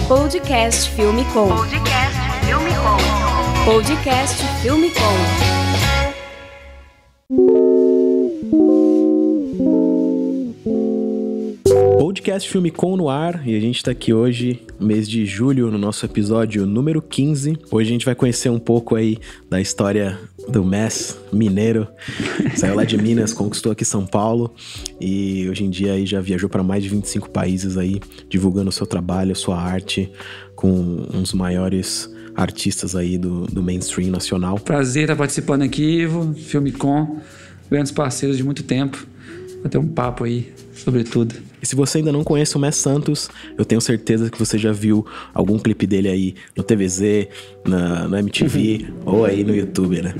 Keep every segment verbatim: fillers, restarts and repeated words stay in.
Podcast Filme Com. Podcast Filme Com. Podcast Filme Com. Podcast Filme Com no ar, e a gente tá aqui hoje, mês de julho, no nosso episódio número quinze. Hoje a gente vai conhecer um pouco aí da história do Mess, mineiro. Saiu lá de Minas, conquistou aqui São Paulo e hoje em dia aí já viajou para mais de vinte e cinco países aí, divulgando o seu trabalho, a sua arte, com um dos maiores artistas aí do, do mainstream nacional. Prazer estar participando aqui, Ivo, Filme Com, grandes parceiros de muito tempo. Vai ter um papo aí sobre tudo. E se você ainda não conhece o Mess Santos, eu tenho certeza que você já viu algum clipe dele aí no T V Z, na, no M T V ou aí no YouTube, né?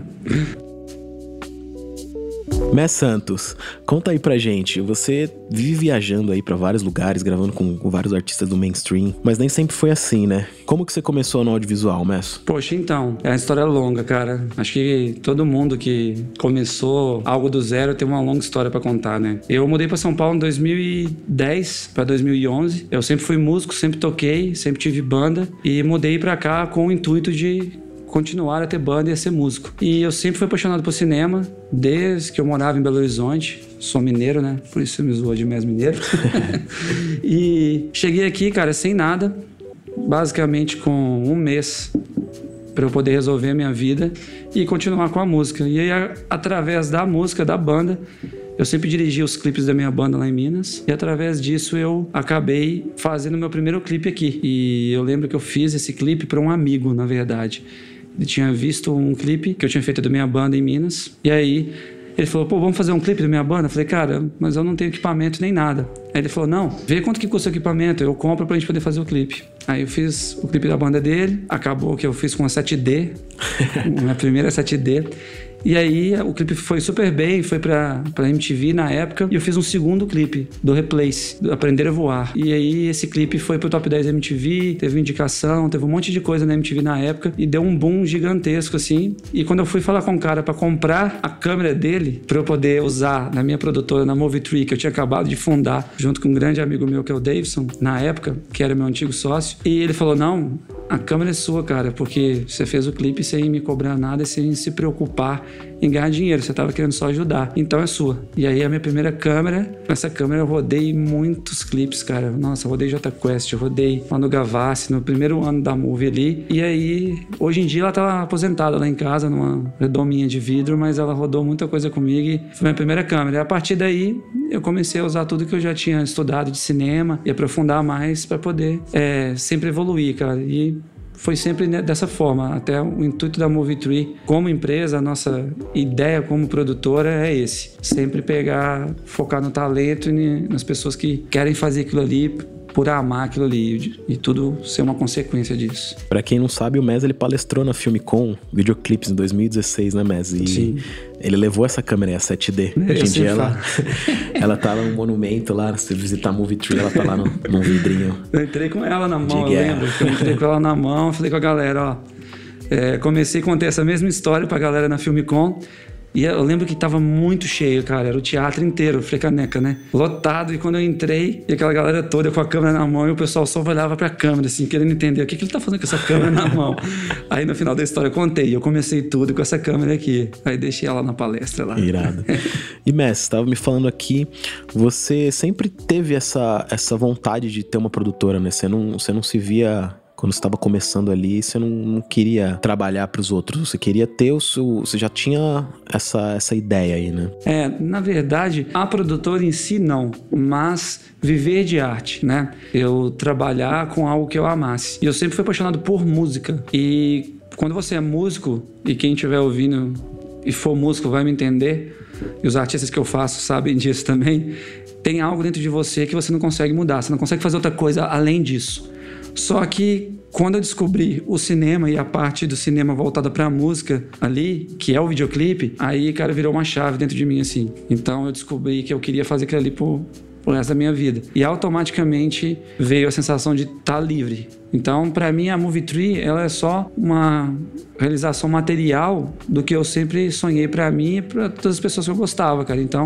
Mess Santos, conta aí pra gente, você vive viajando aí pra vários lugares, gravando com, com vários artistas do mainstream, mas nem sempre foi assim, né? Como que você começou no audiovisual, Mess? Poxa, então, é uma história longa, cara. Acho que todo mundo que começou algo do zero tem uma longa história pra contar, né? Eu mudei pra São Paulo em dois mil e dez pra dois mil e onze. Eu sempre fui músico, sempre toquei, sempre tive banda e mudei pra cá com o intuito de continuar a ter banda e a ser músico. E eu sempre fui apaixonado por cinema, desde que eu morava em Belo Horizonte. Sou mineiro, né? Por isso eu me zoou de Mess mineiro. E cheguei aqui, cara, sem nada. Basicamente com um mês para eu poder resolver a minha vida e continuar com a música. E aí, a, através da música, da banda, eu sempre dirigi os clipes da minha banda lá em Minas. E através disso eu acabei fazendo meu primeiro clipe aqui. E eu lembro que eu fiz esse clipe para um amigo, na verdade. Ele tinha visto um clipe que eu tinha feito da minha banda em Minas. E aí ele falou, pô, vamos fazer um clipe da minha banda? Eu falei, cara, mas eu não tenho equipamento nem nada. Aí ele falou, não, vê quanto que custa o equipamento, eu compro pra gente poder fazer o clipe. Aí eu fiz o clipe da banda dele, acabou que eu fiz com uma sete D, minha primeira sete D. E aí o clipe foi super bem, foi pra, pra M T V na época. E eu fiz um segundo clipe do Replace, do Aprender a Voar. E aí esse clipe foi pro Top dez M T V, teve indicação, teve um monte de coisa na M T V na época. E deu um boom gigantesco, assim. E quando eu fui falar com o cara pra comprar a câmera dele, pra eu poder usar na minha produtora, na Movie Tree, que eu tinha acabado de fundar, junto com um grande amigo meu, que é o Davidson, na época, que era meu antigo sócio. E ele falou, não, a câmera é sua, cara, porque você fez o clipe sem me cobrar nada, sem se preocupar em ganhar dinheiro, você tava querendo só ajudar, então é sua. E aí a minha primeira câmera, com essa câmera eu rodei muitos clipes, cara. Nossa, eu rodei Jota Quest, eu rodei Manu Gavassi no primeiro ano da Movie ali. E aí, hoje em dia ela tá aposentada lá em casa, numa redominha de vidro, mas ela rodou muita coisa comigo e foi minha primeira câmera. E a partir daí, eu comecei a usar tudo que eu já tinha estudado de cinema e aprofundar mais pra poder é, sempre evoluir, cara. E foi sempre dessa forma, até o intuito da Movie Tree como empresa, a nossa ideia como produtora é esse, sempre pegar, focar no talento e nas pessoas que querem fazer aquilo ali por amar aquilo ali e tudo ser uma consequência disso. Pra quem não sabe, o Mess ele palestrou na Filme Com videoclipes em dois mil e dezesseis, né, Mess? E sim, ele levou essa câmera aí, a sete D. Eu Hoje em dia falo. ela, ela tá num monumento lá, se visitar a Movie Tree, ela tá lá no, num vidrinho. Eu entrei com ela na mão, eu De guerra. lembro. Eu entrei com ela na mão, falei com a galera, ó. É, comecei a contar essa mesma história pra galera na Filme Com. E eu lembro que tava muito cheio, cara. Era o teatro inteiro, Frecaneca, né? Lotado. E quando eu entrei, e aquela galera toda com a câmera na mão, e o pessoal só olhava pra câmera, assim, querendo entender o que, que ele tá fazendo com essa câmera na mão. Aí no final da história eu contei. Eu comecei tudo com essa câmera aqui. Aí deixei ela na palestra lá. Irado. E Mess, você tava me falando aqui, você sempre teve essa, essa vontade de ter uma produtora, né? Você não, você não se via... Quando você estava começando ali, você não, não queria trabalhar para os outros, você queria ter o seu... Você já tinha essa, essa ideia aí, né? É, na verdade, a produtora em si não, mas viver de arte, né? Eu trabalhar com algo que eu amasse. E eu sempre fui apaixonado por música. E quando você é músico, e quem estiver ouvindo e for músico vai me entender, e os artistas que eu faço sabem disso também, tem algo dentro de você que você não consegue mudar, você não consegue fazer outra coisa além disso. Só que quando eu descobri o cinema e a parte do cinema voltada pra música ali, que é o videoclipe, aí, cara, virou uma chave dentro de mim, assim. Então eu descobri que eu queria fazer aquilo ali por, por resto da minha vida. E automaticamente veio a sensação de estar livre. Então, pra mim, a Movie Tree, ela é só uma realização material do que eu sempre sonhei pra mim e pra todas as pessoas que eu gostava, cara. Então,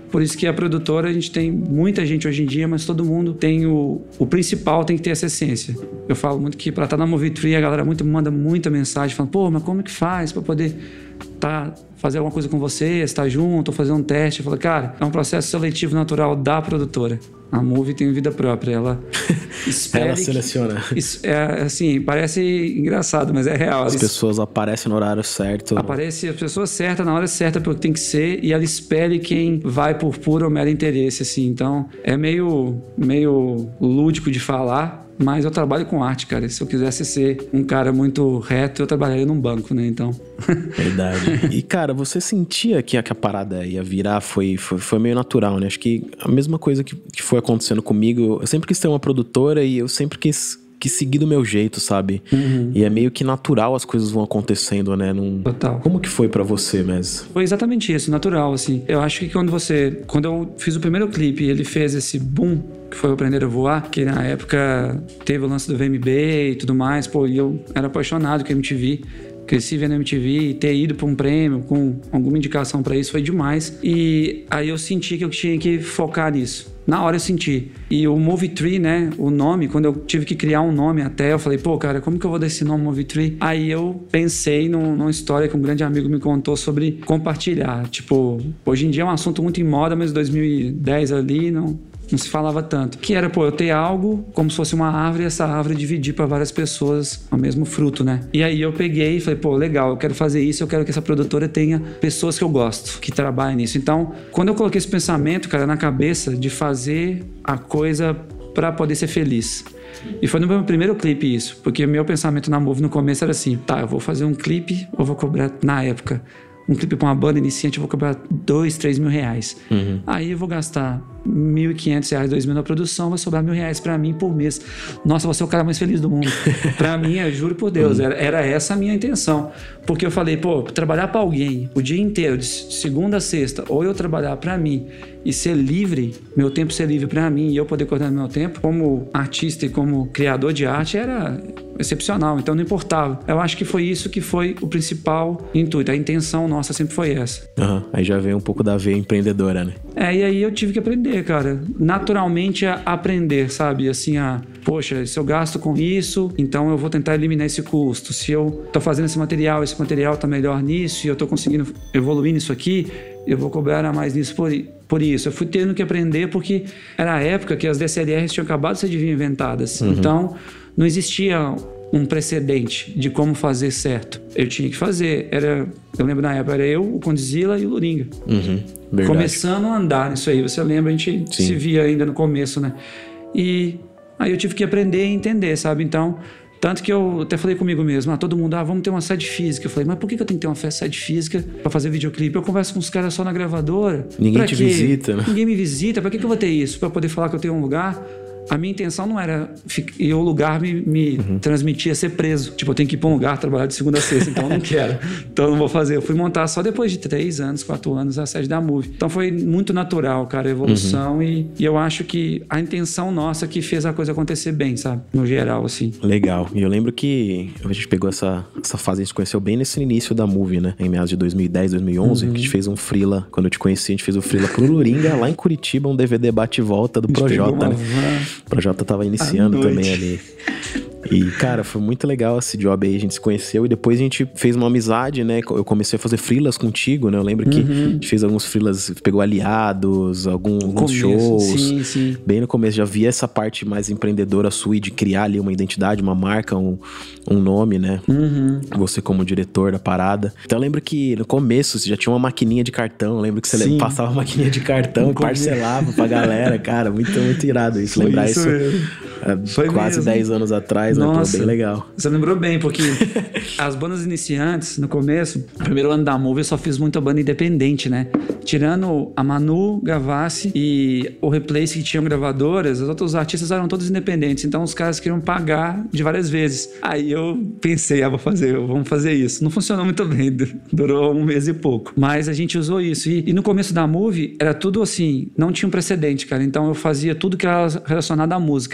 Por isso que a produtora, a gente tem muita gente hoje em dia, mas todo mundo tem o... O principal tem que ter essa essência. Eu falo muito que pra estar na Movie Tree, a galera muito, manda muita mensagem, falando, pô, mas como é que faz pra poder tá, fazer alguma coisa com você, estar junto, ou fazer um teste? Eu falo, cara, é um processo seletivo natural da produtora. A Movie tem vida própria, ela espera. Ela seleciona. Que, isso é assim, parece engraçado, mas é real. As pessoas aparecem no horário certo. Aparece a pessoa certa na hora certa, porque tem que ser, e ela espere quem vai por puro ou mero interesse, assim. Então, é meio, meio lúdico de falar, mas eu trabalho com arte, cara. Se eu quisesse ser um cara muito reto, eu trabalharia num banco, né? Então... Verdade. E, cara, você sentia que a, que a parada ia virar? Foi, foi, foi meio natural, né? Acho que a mesma coisa que, que foi acontecendo comigo. Eu sempre quis ter uma produtora e eu sempre quis... que seguir do meu jeito, sabe? Uhum. E é meio que natural as coisas vão acontecendo, né? Num... Total. Como que foi pra você mesmo? Foi exatamente isso, natural, assim. Eu acho que quando você... Quando eu fiz o primeiro clipe e ele fez esse boom, que foi o Aprender a Voar, que na época teve o lance do V M B e tudo mais, pô, e eu era apaixonado com a M T V. Cresci vendo a M T V e ter ido pra um prêmio com alguma indicação pra isso foi demais. E aí eu senti que eu tinha que focar nisso. Na hora eu senti. E o Movie Tree, né, o nome, quando eu tive que criar um nome até, eu falei, pô, cara, como que eu vou dar esse nome Movie Tree? Aí eu pensei num, numa história que um grande amigo me contou sobre compartilhar. Tipo, hoje em dia é um assunto muito em moda, mas em dois mil e dez ali não... não se falava tanto. Que era, pô, eu ter algo como se fosse uma árvore e essa árvore dividir para várias pessoas o mesmo fruto, né? E aí eu peguei e falei, pô, legal, eu quero fazer isso, eu quero que essa produtora tenha pessoas que eu gosto, que trabalhem nisso. Então, quando eu coloquei esse pensamento, cara, na cabeça de fazer a coisa para poder ser feliz. E foi no meu primeiro clipe isso, porque o meu pensamento na Movie no começo era assim, tá, eu vou fazer um clipe ou vou cobrar, na época, um clipe pra uma banda iniciante, eu vou cobrar dois, três mil reais. Uhum. Aí eu vou gastar mil e quinhentos reais, dois mil na produção, vai sobrar mil reais pra mim por mês. Nossa, eu vou ser o cara mais feliz do mundo. Pra mim, eu juro por Deus, uhum. era, era essa a minha intenção. Porque eu falei, pô, trabalhar pra alguém o dia inteiro, de segunda a sexta, ou eu trabalhar pra mim e ser livre, meu tempo ser livre pra mim e eu poder coordenar meu tempo, como artista e como criador de arte, era excepcional, então não importava. Eu acho que foi isso que foi o principal intuito, a intenção nossa sempre foi essa. Uhum. Aí já veio um pouco da veia empreendedora, né? É, e aí eu tive que aprender, cara, naturalmente a aprender, sabe, assim, a, poxa, se eu gasto com isso, então eu vou tentar eliminar esse custo, se eu tô fazendo esse material, esse material tá melhor nisso e eu tô conseguindo evoluir nisso aqui, eu vou cobrar a mais nisso por, por isso. Eu fui tendo que aprender porque era a época que as D C L Rs tinham acabado de ser inventadas. Uhum. Então, não existia um precedente de como fazer certo. Eu tinha que fazer. Era, eu lembro na época, era eu, o Condzilla e o Luringa. Uhum. Começando a andar nisso aí. Você lembra? A gente Sim. se via ainda no começo, né? E aí eu tive que aprender e entender, sabe? Então... Tanto que eu até falei comigo mesmo, ah, todo mundo, ah, vamos ter uma sede física. Eu falei, mas por que eu tenho que ter uma sede física pra fazer videoclipe? Eu converso com os caras só na gravadora. Ninguém te quê? visita, né? Ninguém me visita, pra que eu vou ter isso? Pra poder falar que eu tenho um lugar? A minha intenção não era... E o lugar me, me uhum. transmitia ser preso. Tipo, eu tenho que ir pra um lugar, trabalhar de segunda a sexta, então eu não quero. Então eu não vou fazer. Eu fui montar só depois de três anos, quatro anos, a sede da Movie. Então foi muito natural, cara, a evolução. Uhum. E, e eu acho que a intenção nossa que fez a coisa acontecer bem, sabe? No geral, assim. Legal. E eu lembro que a gente pegou essa, essa fase, a gente se conheceu bem nesse início da Movie, né? Em meados de dois mil e dez, dois mil e onze, uhum. que a gente fez um freela. Quando eu te conheci, a gente fez um freela pro Luringa, lá em Curitiba, um D V D bate-volta do Projota, né? O Projota tava iniciando também ali. E, cara, foi muito legal esse job aí, a gente se conheceu e depois a gente fez uma amizade, né? Eu comecei a fazer freelas contigo, né? Eu lembro que uhum. a gente fez alguns freelas, pegou aliados, algum, alguns começo, shows. Sim, sim. Bem no começo, já via essa parte mais empreendedora sua de criar ali uma identidade, uma marca, um, um nome, né? Uhum. Você como diretor da parada. Então eu lembro que no começo você já tinha uma maquininha de cartão, eu lembro que você sim. passava uma maquininha de cartão e parcelava pra galera, cara, muito, muito irado isso, foi lembrar isso, isso é, quase dez anos atrás. Nossa, Pô, bem legal. Você lembrou bem, porque as bandas iniciantes, no começo, no primeiro ano da Movie, eu só fiz muita banda independente, né? Tirando a Manu Gavassi e o Replace, que tinham gravadoras, os outros artistas eram todos independentes, então os caras queriam pagar de várias vezes. Aí eu pensei, ah, vou fazer, vamos fazer isso. Não funcionou muito bem, durou um mês e pouco. Mas a gente usou isso. E, e no começo da Movie, era tudo assim, não tinha um precedente, cara. Então eu fazia tudo que era relacionado à música. Vinha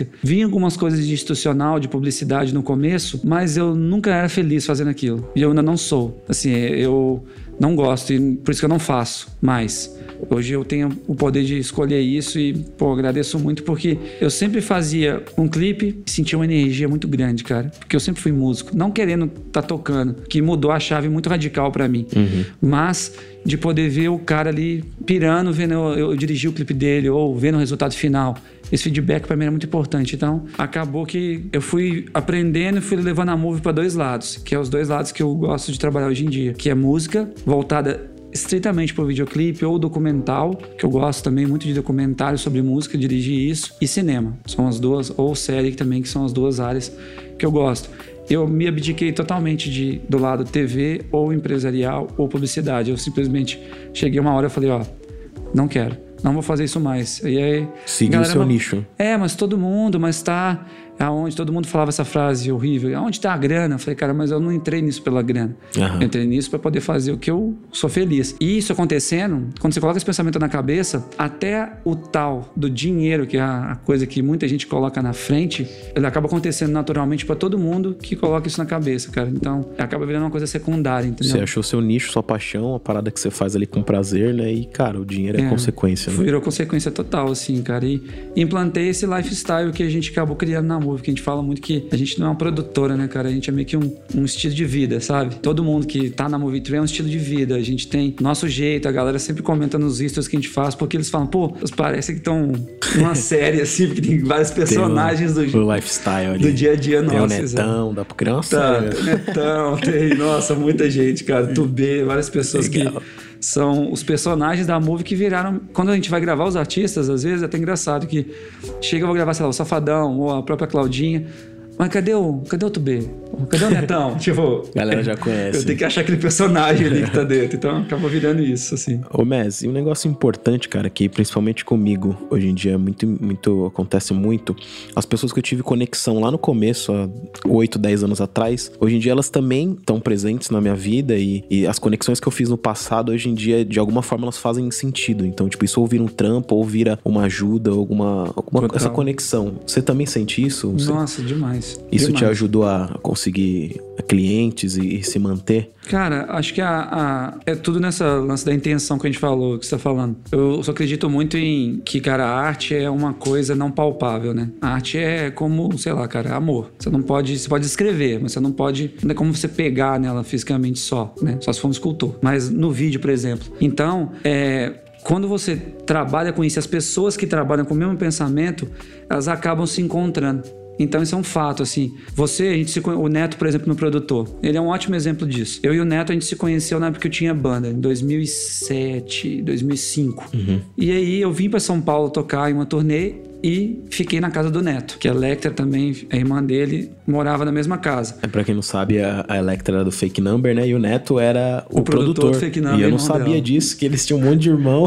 vi algumas coisas de institucional, de publicidade no começo, mas eu nunca era feliz fazendo aquilo. E eu ainda não sou. Assim, eu não gosto, e por isso que eu não faço mais. Hoje eu tenho o poder de escolher isso e, pô, agradeço muito porque eu sempre fazia um clipe e sentia uma energia muito grande, cara. Porque eu sempre fui músico, não querendo tá tocando, que mudou a chave muito radical pra mim. Uhum. Mas de poder ver o cara ali pirando, vendo eu, eu dirigir o clipe dele ou vendo o resultado final. Esse feedback pra mim era muito importante. Então, acabou que eu fui aprendendo e fui levando a Move pra dois lados, que é os dois lados que eu gosto de trabalhar hoje em dia, que é música voltada estritamente para o videoclipe ou documental, que eu gosto também muito de documentário sobre música, dirigir isso, e cinema. São as duas, ou série também, que são as duas áreas que eu gosto. Eu me abdiquei totalmente de, do lado T V, ou empresarial, ou publicidade. Eu simplesmente cheguei uma hora e falei, ó, não quero, não vou fazer isso mais. E aí, seguir o seu mas, nicho. É, mas todo mundo, mas tá... Aonde todo mundo falava essa frase horrível, aonde tá a grana? Eu falei, cara, mas eu não entrei nisso pela grana. Uhum. Eu entrei nisso para poder fazer o que eu sou feliz. E isso acontecendo, quando você coloca esse pensamento na cabeça, até o tal do dinheiro, que é a coisa que muita gente coloca na frente, ele acaba acontecendo naturalmente para todo mundo que coloca isso na cabeça, cara. Então, acaba virando uma coisa secundária, entendeu? Você achou seu nicho, sua paixão, a parada que você faz ali com prazer, né? E, cara, o dinheiro é, é consequência, né? Virou consequência total, assim, cara. E implantei esse lifestyle que a gente acabou criando na Move, que a gente fala muito que a gente não é uma produtora, né, cara? A gente é meio que um, um estilo de vida, sabe? Todo mundo que tá na Move Tree é um estilo de vida. A gente tem nosso jeito, a galera sempre comenta nos stories que a gente faz, porque eles falam, pô, parece que estão numa série, assim, porque tem vários personagens tem o, do, o lifestyle ali. Do dia a dia nosso. Tem o Netão, exatamente. Dá pra criar uma série. Tem o Netão, tem, nossa, muita gente, cara. Tubê, várias pessoas Legal. que... São os personagens da Move que viraram... Quando a gente vai gravar os artistas, às vezes é até engraçado que chega, eu vou gravar, sei lá, o Safadão ou a própria Claudinha. Mas cadê o, cadê o Tubê? Cadê o Netão? Tipo... A galera já conhece. Eu tenho que achar aquele personagem ali que tá dentro. Então acaba virando isso, assim. Ô, Mez, e um negócio importante, cara, que principalmente comigo, hoje em dia, muito, muito, acontece muito. As pessoas que eu tive conexão lá no começo, há oito, dez anos atrás, hoje em dia elas também estão presentes na minha vida e, e as conexões que eu fiz no passado, hoje em dia, de alguma forma, elas fazem sentido. Então, tipo, isso ou vira um trampo, ou vira uma ajuda, alguma, alguma essa conexão. Você também sente isso? Você... Nossa, demais. Isso demais. te ajudou a conseguir clientes e, e se manter? Cara, acho que a, a, é tudo nessa lance da intenção que a gente falou, que você tá falando. Eu só acredito muito em que, cara, a arte é uma coisa não palpável, né? A arte é como, sei lá, cara, amor. Você não pode, você pode escrever, mas você não pode, não é como você pegar nela fisicamente só, né? Só se for um escultor. Mas no vídeo, por exemplo. Então, é... Quando você trabalha com isso, as pessoas que trabalham com o mesmo pensamento, elas acabam se encontrando. Então isso é um fato, assim. Você, a gente se conhe... o Neto, por exemplo, no produtor, ele é um ótimo exemplo disso. Eu e o Neto, a gente se conheceu na época que eu tinha banda, em dois mil e sete, dois mil e cinco. Uhum. E aí eu vim pra São Paulo tocar em uma turnê e fiquei na casa do Neto, que a Electra também, a irmã dele, morava na mesma casa. É, pra quem não sabe, a, a Electra era do Fake Number, né? E o Neto era o, o produtor, produtor. Do Fake Number. E eu não sabia dela. disso, que eles tinham um monte de irmão.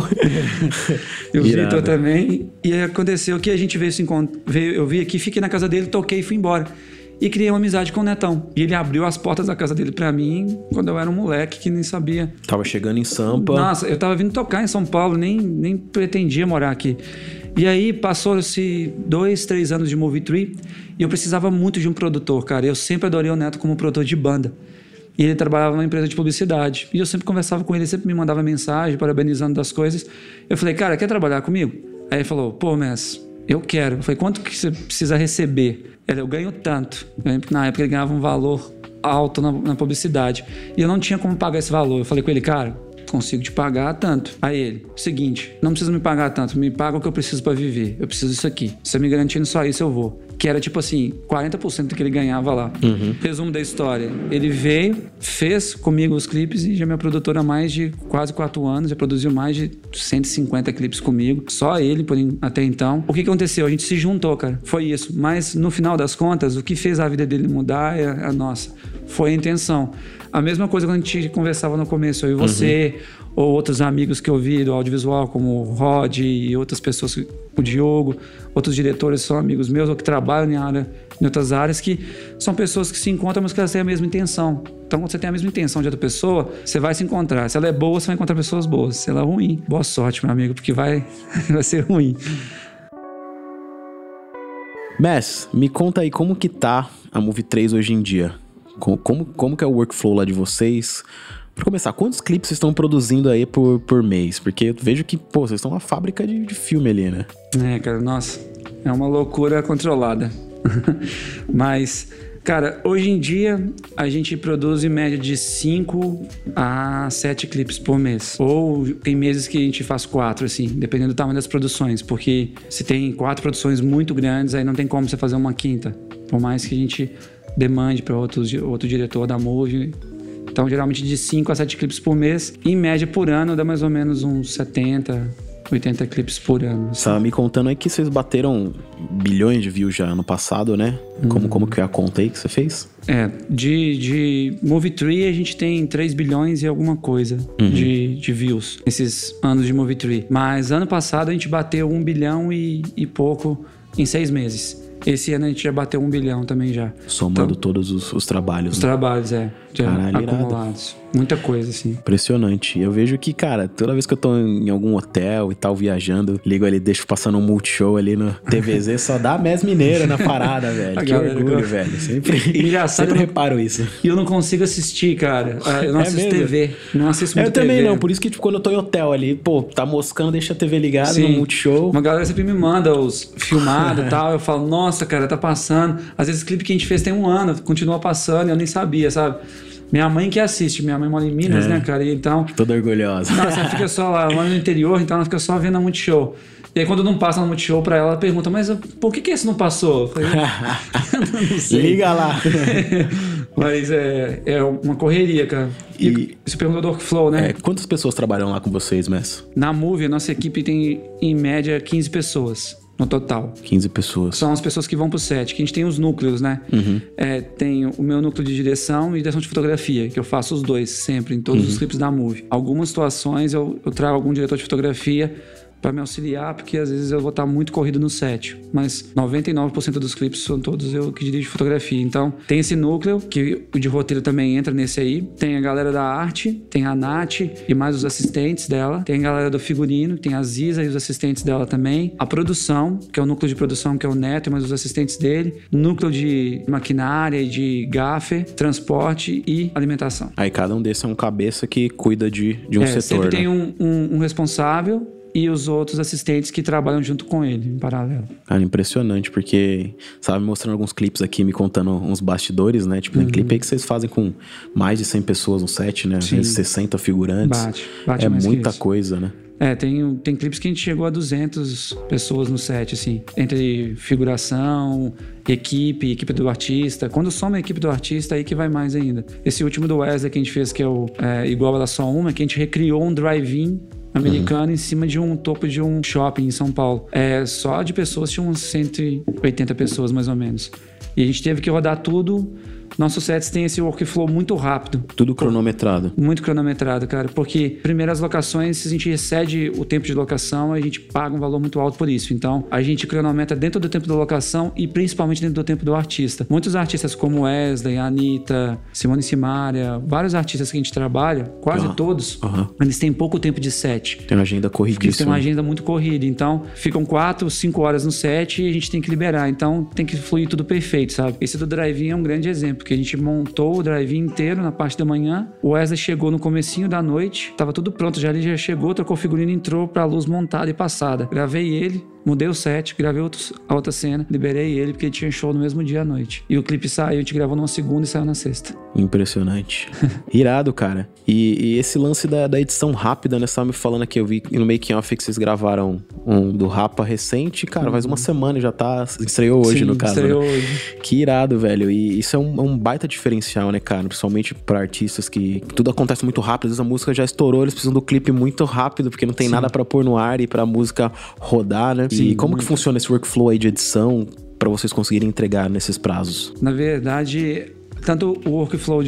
E o Vitor também. E aí aconteceu que a gente veio se encontrar, veio, eu vi aqui, fiquei na casa dele, toquei e fui embora. E criei uma amizade com o Netão. E ele abriu as portas da casa dele pra mim quando eu era um moleque que nem sabia. Tava chegando em Sampa. Nossa, eu tava vindo tocar em São Paulo, nem, nem pretendia morar aqui. E aí passou-se dois, três anos de Movie Tree e eu precisava muito de um produtor, cara. Eu sempre adorei o Neto como produtor de banda. E ele trabalhava numa empresa de publicidade. E eu sempre conversava com ele, ele sempre me mandava mensagem, parabenizando das coisas. Eu falei, cara, quer trabalhar comigo? Aí ele falou, pô, Mess, eu quero. Eu falei, quanto que você precisa receber? Ele, eu ganho tanto. Eu lembro que na época ele ganhava um valor alto na, na publicidade. E eu não tinha como pagar esse valor. Eu falei com ele, cara, consigo te pagar tanto. Aí ele, seguinte, não precisa me pagar tanto, me paga o que eu preciso pra viver. Eu preciso disso aqui. Se você me garantindo só isso, eu vou. Que era tipo assim, quarenta por cento do que ele ganhava lá. Uhum. Resumo da história. Ele veio, fez comigo os clipes e já é minha produtora há mais de quase quatro anos, já produziu mais de cento e cinquenta clipes comigo. Só ele, por até então. O que aconteceu? A gente se juntou, cara. Foi isso. Mas no final das contas, o que fez a vida dele mudar é a nossa. Foi a intenção. A mesma coisa quando a gente conversava no começo, eu e você, uhum. ou outros amigos que eu vi do audiovisual, como o Rod e outras pessoas, o Diogo, outros diretores são amigos meus ou que trabalham em, área, em outras áreas, que são pessoas que se encontram, mas que elas têm a mesma intenção. Então, quando você tem a mesma intenção de outra pessoa, você vai se encontrar. Se ela é boa, você vai encontrar pessoas boas. Se ela é ruim, boa sorte, meu amigo, porque vai, vai ser ruim. Mess, me conta aí como que tá a Move três hoje em dia? Como, como, como que é o workflow lá de vocês? Pra começar, quantos clipes vocês estão produzindo aí por, por mês? Porque eu vejo que, pô, vocês estão uma fábrica de, de filme ali, né? É, cara, nossa, é uma loucura controlada. Mas, cara, hoje em dia a gente produz em média de cinco a sete clipes por mês. Ou tem meses que a gente faz quatro, assim, dependendo do tamanho das produções. Porque se tem quatro produções muito grandes, aí não tem como você fazer uma quinta. Por mais que a gente demande para outro diretor da Move. Então, geralmente de cinco a sete clipes por mês. Em média, por ano, dá mais ou menos uns setenta, oitenta clipes por ano. Você tava me contando aí que vocês bateram bilhões de views já ano passado, né? Uhum. Como, como que é a conta aí que você fez? É, de, de Move três a gente tem três bilhões e alguma coisa uhum. de, de views nesses anos de Move três. Mas ano passado a gente bateu um bilhão e, e pouco em seis meses. Esse ano a gente já bateu um bilhão também já. Somando então, todos os, os trabalhos. Os né? trabalhos, é. Já Caralho, acumulados. Irado. Muita coisa, assim. Impressionante. Eu vejo que, cara, toda vez que eu tô em algum hotel e tal, viajando, ligo ali, deixo passando um multishow ali no T V Z, só dá Mess Mineiro na parada, velho. Que orgulho, eu... velho. Sempre, engraçado, sempre reparo isso. E eu não consigo assistir, cara. Eu não é assisto mesmo? T V. Não assisto muito eu também T V. não. Por isso que, tipo, quando eu tô em hotel ali, pô, tá moscando, deixa a T V ligada Sim. no multishow. Uma galera sempre me manda os filmados e tal. Eu falo, nossa, cara, tá passando. Às vezes o clipe que a gente fez tem um ano, continua passando e eu nem sabia, sabe? Minha mãe que assiste, minha mãe mora em Minas, é, né, cara? E então... Toda orgulhosa. Nossa, ela fica só lá, ela mora no interior, então ela fica só vendo a Multishow. E aí quando não passa no Multishow pra ela, ela pergunta, mas por que que esse não passou? Eu falei, não sei. Liga lá. Mas é, é uma correria, cara. E, e você perguntou do workflow, né? É, quantas pessoas trabalham lá com vocês, Mess? Na Move, a nossa equipe tem, em média, quinze pessoas. No total. quinze pessoas. São as pessoas que vão pro set, que a gente tem os núcleos, né? Uhum. É, tem o meu núcleo de direção e direção de fotografia, que eu faço os dois sempre, em todos uhum. os clipes da Move. Algumas situações eu, eu trago algum diretor de fotografia para me auxiliar, porque às vezes eu vou estar muito corrido no set. Mas noventa e nove por cento dos clipes são todos eu que dirijo fotografia. Então, tem esse núcleo, que o de roteiro também entra nesse aí. Tem a galera da arte, tem a Nath e mais os assistentes dela. Tem a galera do figurino, tem a Ziza e os assistentes dela também. A produção, que é o núcleo de produção, que é o Neto e mais os assistentes dele. Núcleo de maquinária e de gaffer, transporte e alimentação. Aí cada um desses é um cabeça que cuida de, de um é, setor, sempre né? tem um, um, um responsável e os outros assistentes que trabalham junto com ele, em paralelo. Cara, impressionante, porque sabe, mostrando alguns clipes aqui, me contando uns bastidores, né? Tipo, uhum. tem clipe aí que vocês fazem com mais de cem pessoas no set, né? Sim. sessenta figurantes. Bate, bate é mais muita que isso. coisa, né? É, tem, tem clipes que a gente chegou a duzentas pessoas no set, assim. Entre figuração, equipe, equipe do artista. Quando soma a equipe do artista, aí que vai mais ainda. Esse último do Wesley que a gente fez, que é o é, Igual Ela Só Uma, que a gente recriou um drive-in americano uhum. em cima de um topo de um shopping em São Paulo. É, só de pessoas tinha umas cento e oitenta pessoas, mais ou menos. E a gente teve que rodar tudo. Nossos sets têm esse workflow muito rápido. Tudo cronometrado. Muito cronometrado, cara. Porque, primeiro, as locações, se a gente excede o tempo de locação, a gente paga um valor muito alto por isso. Então, a gente cronometra dentro do tempo da locação e principalmente dentro do tempo do artista. Muitos artistas como Wesley, Anitta, Simone Simaria, vários artistas que a gente trabalha, quase uhum. todos, uhum. eles têm pouco tempo de set. Tem uma agenda corridíssima. Eles têm uma agenda muito corrida. Então, ficam quatro, cinco horas no set e a gente tem que liberar. Então, tem que fluir tudo perfeito, sabe? Esse do drive-in é um grande exemplo. Porque a gente montou o drive-in inteiro na parte da manhã. O Wesley chegou no comecinho da noite. Tava tudo pronto. Já ele já chegou, trocou o figurino, entrou pra luz montada e passada. Gravei ele, mudei o set, gravei outros, a outra cena, liberei ele porque ele tinha show no mesmo dia à noite. E o clipe saiu, a gente gravou numa segunda e saiu na sexta. Impressionante. Irado, cara. E, e esse lance da, da edição rápida, né? Você tava me falando aqui, eu vi no making off que vocês gravaram um do Rapa recente. Cara, uhum. faz uma semana já tá... Estreou hoje, Sim, no caso. estreou né? hoje. Que irado, velho. E isso é um, é um baita diferencial, né, cara? Principalmente pra artistas que tudo acontece muito rápido. Às vezes a música já estourou, eles precisam do clipe muito rápido, porque não tem Sim. nada pra pôr no ar e pra música rodar, né? Sim, e como muito. que funciona esse workflow aí de edição pra vocês conseguirem entregar nesses prazos? Na verdade, tanto o workflow de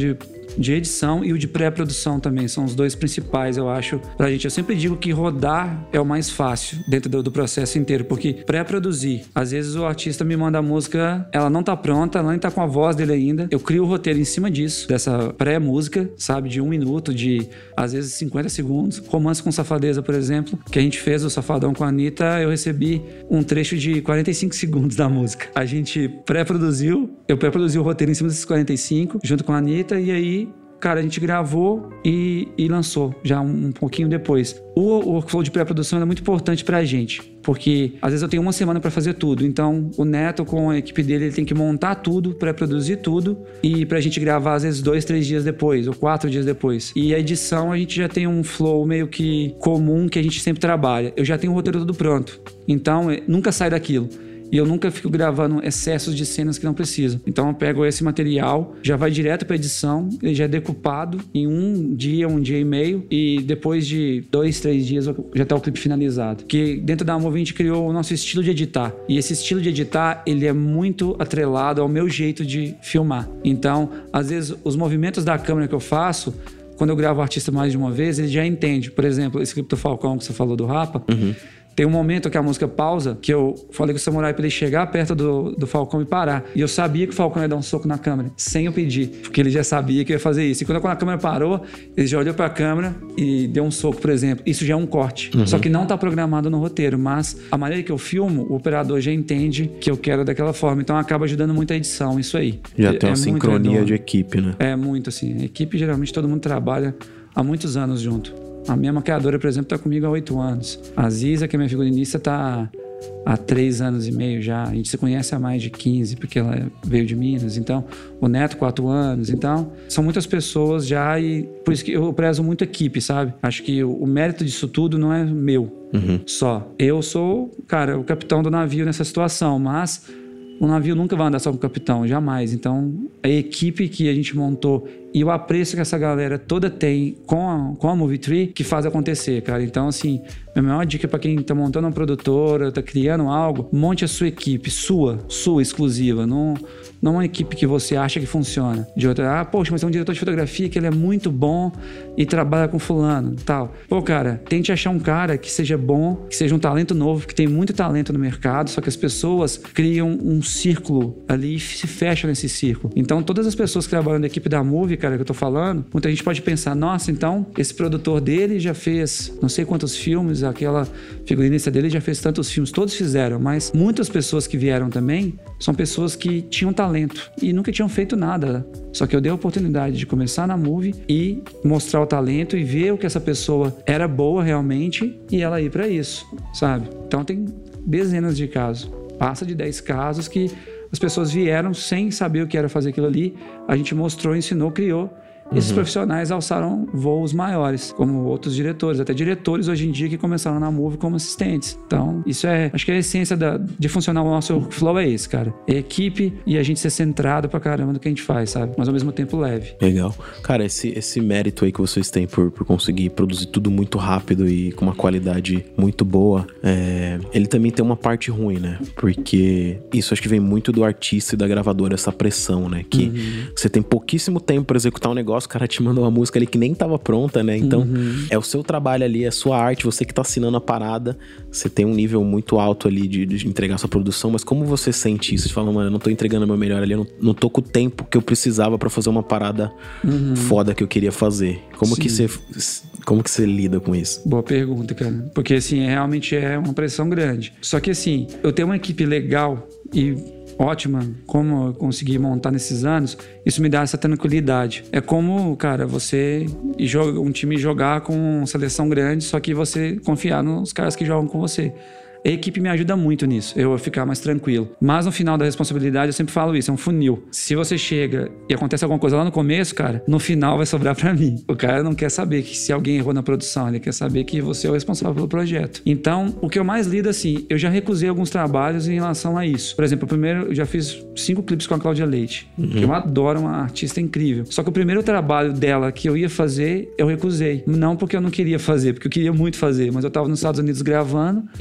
de edição e o de pré-produção também. São os dois principais, eu acho, pra gente. Eu sempre digo que rodar é o mais fácil dentro do, do processo inteiro, porque pré-produzir, às vezes o artista me manda a música, ela não tá pronta, ela nem tá com a voz dele ainda. Eu crio o roteiro em cima disso, dessa pré-música, sabe? De um minuto, de às vezes cinquenta segundos. Romance com Safadeza, por exemplo, que a gente fez o Safadão com a Anitta, eu recebi um trecho de quarenta e cinco segundos da música. A gente pré-produziu, eu pré-produzi o roteiro em cima desses quarenta e cinco, junto com a Anitta, e aí, cara, a gente gravou e, e lançou já um, um pouquinho depois. O, o workflow de pré-produção é muito importante pra gente, porque às vezes eu tenho uma semana pra fazer tudo, então o Neto com a equipe dele, ele tem que montar tudo, pré-produzir tudo, e pra gente gravar às vezes dois, três dias depois, ou quatro dias depois. E a edição, a gente já tem um flow meio que comum que a gente sempre trabalha. Eu já tenho o roteiro tudo pronto, então nunca sai daquilo. E eu nunca fico gravando excessos de cenas que não precisam. Então eu pego esse material, já vai direto pra edição, ele já é decupado em um dia, um dia e meio, e depois de dois, três dias já tá o clipe finalizado. Porque dentro da Movie a gente criou o nosso estilo de editar. E esse estilo de editar, ele é muito atrelado ao meu jeito de filmar. Então, às vezes, os movimentos da câmera que eu faço, quando eu gravo o artista mais de uma vez, ele já entende. Por exemplo, esse clipe do Falcão que você falou do Rapa, uhum. Tem um momento que a música pausa, que eu falei com o Samurai pra ele chegar perto do, do Falcão e parar. E eu sabia que o Falcão ia dar um soco na câmera, sem eu pedir, porque ele já sabia que eu ia fazer isso. E quando a câmera parou, ele já olhou pra câmera e deu um soco, por exemplo. Isso já é um corte. Uhum. Só que não tá programado no roteiro, mas a maneira que eu filmo, o operador já entende que eu quero daquela forma. Então acaba ajudando muito a edição, isso aí. Já tem é uma sincronia de equipe, né? É muito, assim. A equipe, geralmente, todo mundo trabalha há muitos anos junto. A minha maquiadora, por exemplo, tá comigo há oito anos. A Ziza, que é minha figurinista, tá há três anos e meio já. A gente se conhece há mais de quinze, porque ela veio de Minas. Então, o Neto, quatro anos. Então, são muitas pessoas já e por isso que eu prezo muito equipe, sabe? Acho que o, o mérito disso tudo não é meu uhum. só. Eu sou, cara, o capitão do navio nessa situação, mas o navio nunca vai andar só com o capitão, jamais. Então, a equipe que a gente montou e o apreço que essa galera toda tem com a, com a Movie Tree que faz acontecer, cara. Então, assim, a maior dica pra quem tá montando uma produtora, tá criando algo, monte a sua equipe, sua, sua, exclusiva. Não, não uma equipe que você acha que funciona. De outra, ah, poxa, mas é um diretor de fotografia que ele é muito bom e trabalha com fulano, tal. Pô, cara, tente achar um cara que seja bom, que seja um talento novo, que tem muito talento no mercado, só que as pessoas criam um círculo ali e se fecham nesse círculo. Então, todas as pessoas que trabalham na equipe da Movie, cara, que eu tô falando, muita gente pode pensar, nossa, então, esse produtor dele já fez não sei quantos filmes, aquela figurinista dele já fez tantos filmes, todos fizeram, mas muitas pessoas que vieram também são pessoas que tinham talento e nunca tinham feito nada. Só que eu dei a oportunidade de começar na Movie e mostrar o talento e ver o que essa pessoa era boa realmente e ela ir pra isso, sabe? Então tem dezenas de casos, passa de dez casos que as pessoas vieram sem saber o que era fazer aquilo ali, a gente mostrou, ensinou, criou. Esses uhum. profissionais alçaram voos maiores, como outros diretores, até diretores hoje em dia que começaram na Movie como assistentes. Então, isso é, acho que a essência da, de funcionar o nosso workflow é esse, cara. É equipe e a gente ser centrado pra caramba no que a gente faz, sabe? Mas ao mesmo tempo leve. Legal. Cara, esse, esse mérito aí que vocês têm por, por conseguir produzir tudo muito rápido e com uma qualidade muito boa, é, ele também tem uma parte ruim, né? Porque isso acho que vem muito do artista e da gravadora, essa pressão, né? Que uhum. você tem pouquíssimo tempo pra executar um negócio, o cara te manda uma música ali que nem tava pronta, né? Então, uhum. é o seu trabalho ali, é a sua arte, você que tá assinando a parada, você tem um nível muito alto ali de, de entregar sua produção, mas como você sente isso? Você fala, mano, eu não tô entregando o meu melhor ali, eu não, não tô com o tempo que eu precisava pra fazer uma parada uhum. foda que eu queria fazer. Como que você, como que você lida com isso? Boa pergunta, cara. Porque, assim, realmente é uma pressão grande. Só que, assim, eu tenho uma equipe legal e ótima, como eu consegui montar nesses anos, isso me dá essa tranquilidade. É como, cara, você joga, um time jogar com uma seleção grande, só que você confiar nos caras que jogam com você. A equipe me ajuda muito nisso, eu vou ficar mais tranquilo. Mas no final da responsabilidade, eu sempre falo isso, é um funil. Se você chega e acontece alguma coisa lá no começo, cara, no final vai sobrar pra mim. O cara não quer saber que se alguém errou na produção, ele quer saber que você é o responsável pelo projeto. Então, o que eu mais lido, assim, eu já recusei alguns trabalhos em relação a isso. Por exemplo, o primeiro, eu já fiz cinco clipes com a Cláudia Leite, uhum. que eu adoro, uma artista incrível. Só que o primeiro trabalho dela que eu ia fazer, eu recusei. Não porque eu não queria fazer, porque eu queria muito fazer, mas eu tava nos Estados Unidos gravando e automaticamente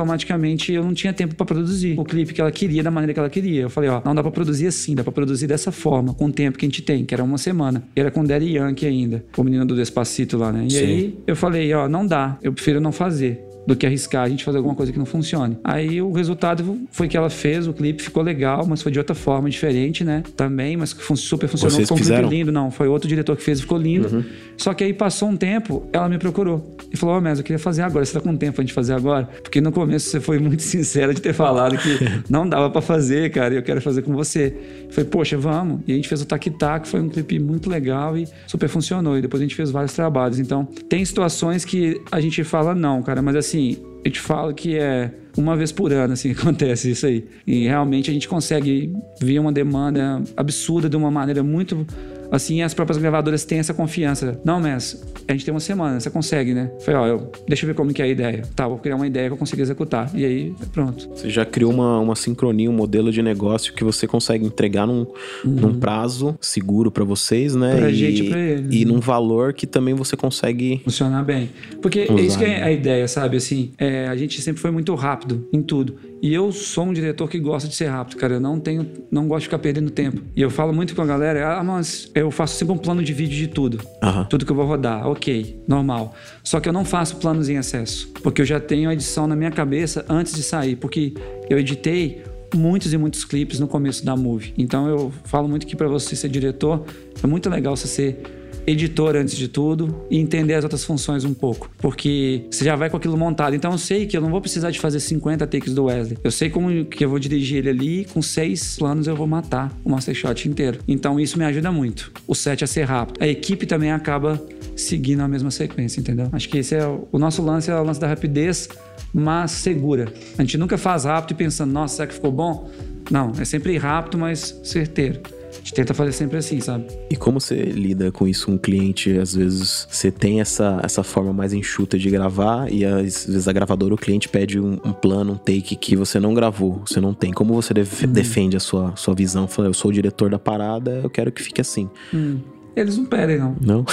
automaticamente eu não tinha tempo pra produzir o clipe que ela queria da maneira que ela queria. Eu falei, ó, não dá pra produzir assim, dá pra produzir dessa forma, com o tempo que a gente tem, que era uma semana. Era com Daddy Yankee ainda, o menino do Despacito lá, né? E Sim. aí eu falei, ó, não dá, eu prefiro não fazer do que arriscar a gente fazer alguma coisa que não funcione. Aí o resultado foi que ela fez, o clipe ficou legal, mas foi de outra forma, diferente, né? Também, mas super funcionou, Vocês ficou um fizeram? clipe lindo. Não, foi outro diretor que fez, ficou lindo. Uhum. Só que aí passou um tempo, ela me procurou e falou, ó, oh, mas eu queria fazer agora, você tá com tempo pra gente fazer agora? Porque no começo você foi muito sincera de ter falado que não dava pra fazer, cara, e eu quero fazer com você. Eu falei, poxa, vamos. E a gente fez o Tac Tac, foi um clipe muito legal e super funcionou. E depois a gente fez vários trabalhos. Então, tem situações que a gente fala não, cara, mas assim, eu te falo que é uma vez por ano, assim, acontece isso aí. E realmente a gente consegue ver uma demanda absurda de uma maneira muito... Assim, as próprias gravadoras têm essa confiança. Não, mas a gente tem uma semana, você consegue, né? Falei, ó, eu, deixa eu ver como que é a ideia. Tá, vou criar uma ideia que eu consigo executar. E aí, pronto. Você já criou uma, uma sincronia, um modelo de negócio que você consegue entregar num, uhum. num prazo seguro pra vocês, né? Pra e, gente e pra eles. E num valor que também você consegue... funcionar bem. Porque usar, é isso que é a ideia, sabe? Assim, é, a gente sempre foi muito rápido em tudo. E eu sou um diretor que gosta de ser rápido, cara. Eu não tenho, não gosto de ficar perdendo tempo. E eu falo muito com a galera, ah, mas eu faço sempre um plano de vídeo de tudo. Uhum. Tudo que eu vou rodar, ok, normal. Só que eu não faço planos em excesso. Porque eu já tenho a edição na minha cabeça antes de sair. Porque eu editei muitos e muitos clipes no começo da Movie. Então eu falo muito que pra você ser diretor, é muito legal você ser editor antes de tudo e entender as outras funções um pouco, porque você já vai com aquilo montado. Então eu sei que eu não vou precisar de fazer cinquenta takes do Wesley, eu sei como que eu vou dirigir ele ali, com seis planos eu vou matar o master shot inteiro. Então isso me ajuda muito, o set a ser rápido. A equipe também acaba seguindo a mesma sequência, entendeu? Acho que esse é o, o nosso lance, é o lance da rapidez, mas segura. A gente nunca faz rápido e pensando, nossa, será que ficou bom? Não, é sempre rápido, mas certeiro. A gente tenta fazer sempre assim, sabe? E como você lida com isso com um cliente? Às vezes você tem essa, essa forma mais enxuta de gravar e às vezes a gravadora, o cliente pede um, um plano, um take que você não gravou, você não tem. Como você def- hum. defende a sua, sua visão? Fala, eu sou o diretor da parada, eu quero que fique assim. Hum. Eles não pedem, não. Não?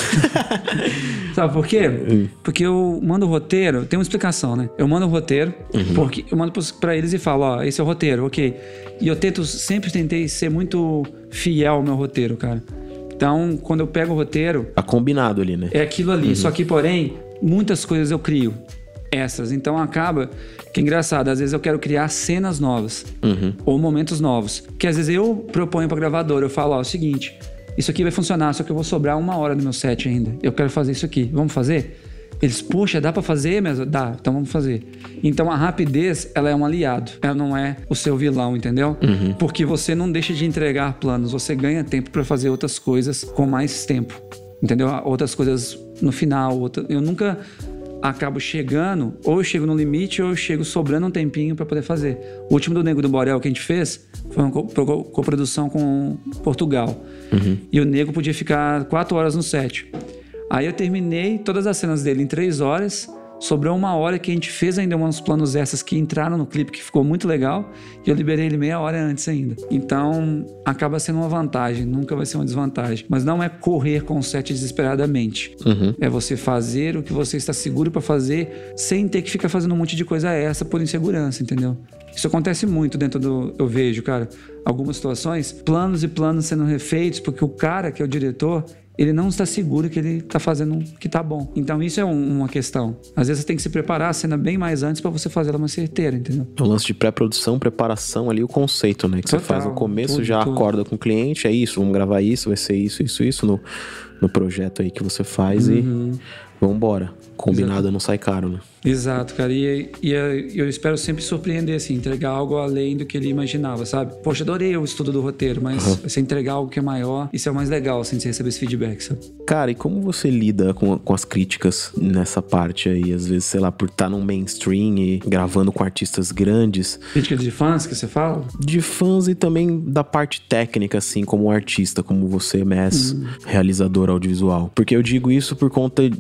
Sabe por quê? Hum. Porque eu mando o roteiro, tem uma explicação, né? Eu mando o roteiro, uhum. porque eu mando pra eles e falo, ó, esse é o roteiro, ok. E eu tento, sempre tentei ser muito fiel ao meu roteiro, cara. Então, quando eu pego o roteiro... Tá combinado ali, né? É aquilo ali, uhum. Só que, porém, muitas coisas eu crio. Essas. Então, acaba que é engraçado. Às vezes eu quero criar cenas novas. Uhum. Ou momentos novos. Que às vezes eu proponho pra gravadora, eu falo, ó, é o seguinte... Isso aqui vai funcionar, só que eu vou sobrar uma hora no meu set ainda. Eu quero fazer isso aqui. Vamos fazer? Eles, puxa, dá pra fazer mesmo? Dá, então vamos fazer. Então a rapidez, ela é um aliado. Ela não é o seu vilão, entendeu? Uhum. Porque você não deixa de entregar planos. Você ganha tempo pra fazer outras coisas com mais tempo. Entendeu? Outras coisas no final. Outra... Eu nunca... acabo chegando, ou eu chego no limite, ou eu chego sobrando um tempinho pra poder fazer. O último do Nego do Borel que a gente fez foi uma coprodução com Portugal. Uhum. E o Nego podia ficar quatro horas no set. Aí eu terminei todas as cenas dele em três horas, sobrou uma hora que a gente fez ainda uns planos extras que entraram no clipe, que ficou muito legal, e eu liberei ele meia hora antes ainda. Então, acaba sendo uma vantagem, nunca vai ser uma desvantagem. Mas não é correr com o set desesperadamente. Uhum. É você fazer o que você está seguro para fazer, sem ter que ficar fazendo um monte de coisa extra por insegurança, entendeu? Isso acontece muito dentro do... Eu vejo, cara, algumas situações, planos e planos sendo refeitos, porque o cara que é o diretor... ele não está seguro que ele está fazendo que está bom. Então isso é um, uma questão. Às vezes você tem que se preparar a cena bem mais antes para você fazer ela mais certeira, entendeu? É um lance de pré-produção, preparação ali, o conceito, né? Que Total, você faz no começo, tudo, já tudo. Acorda com o cliente, é isso, vamos gravar isso, vai ser isso, isso, isso no, no projeto aí que você faz uhum. e vambora. Combinado. Exato. Não sai caro, né? Exato, cara. E, e, e eu espero sempre surpreender, assim, entregar algo além do que ele imaginava, sabe? Poxa, adorei o estudo do roteiro, mas uhum. você entregar algo que é maior, isso é o mais legal, assim, de você receber esse feedback, sabe? Cara, e como você lida com, com as críticas nessa parte aí? Às vezes, sei lá, por estar num mainstream e gravando com artistas grandes. Críticas de fãs que você fala? De fãs e também da parte técnica, assim, como artista, como você, Mess, uhum. realizador audiovisual. Porque eu digo isso por conta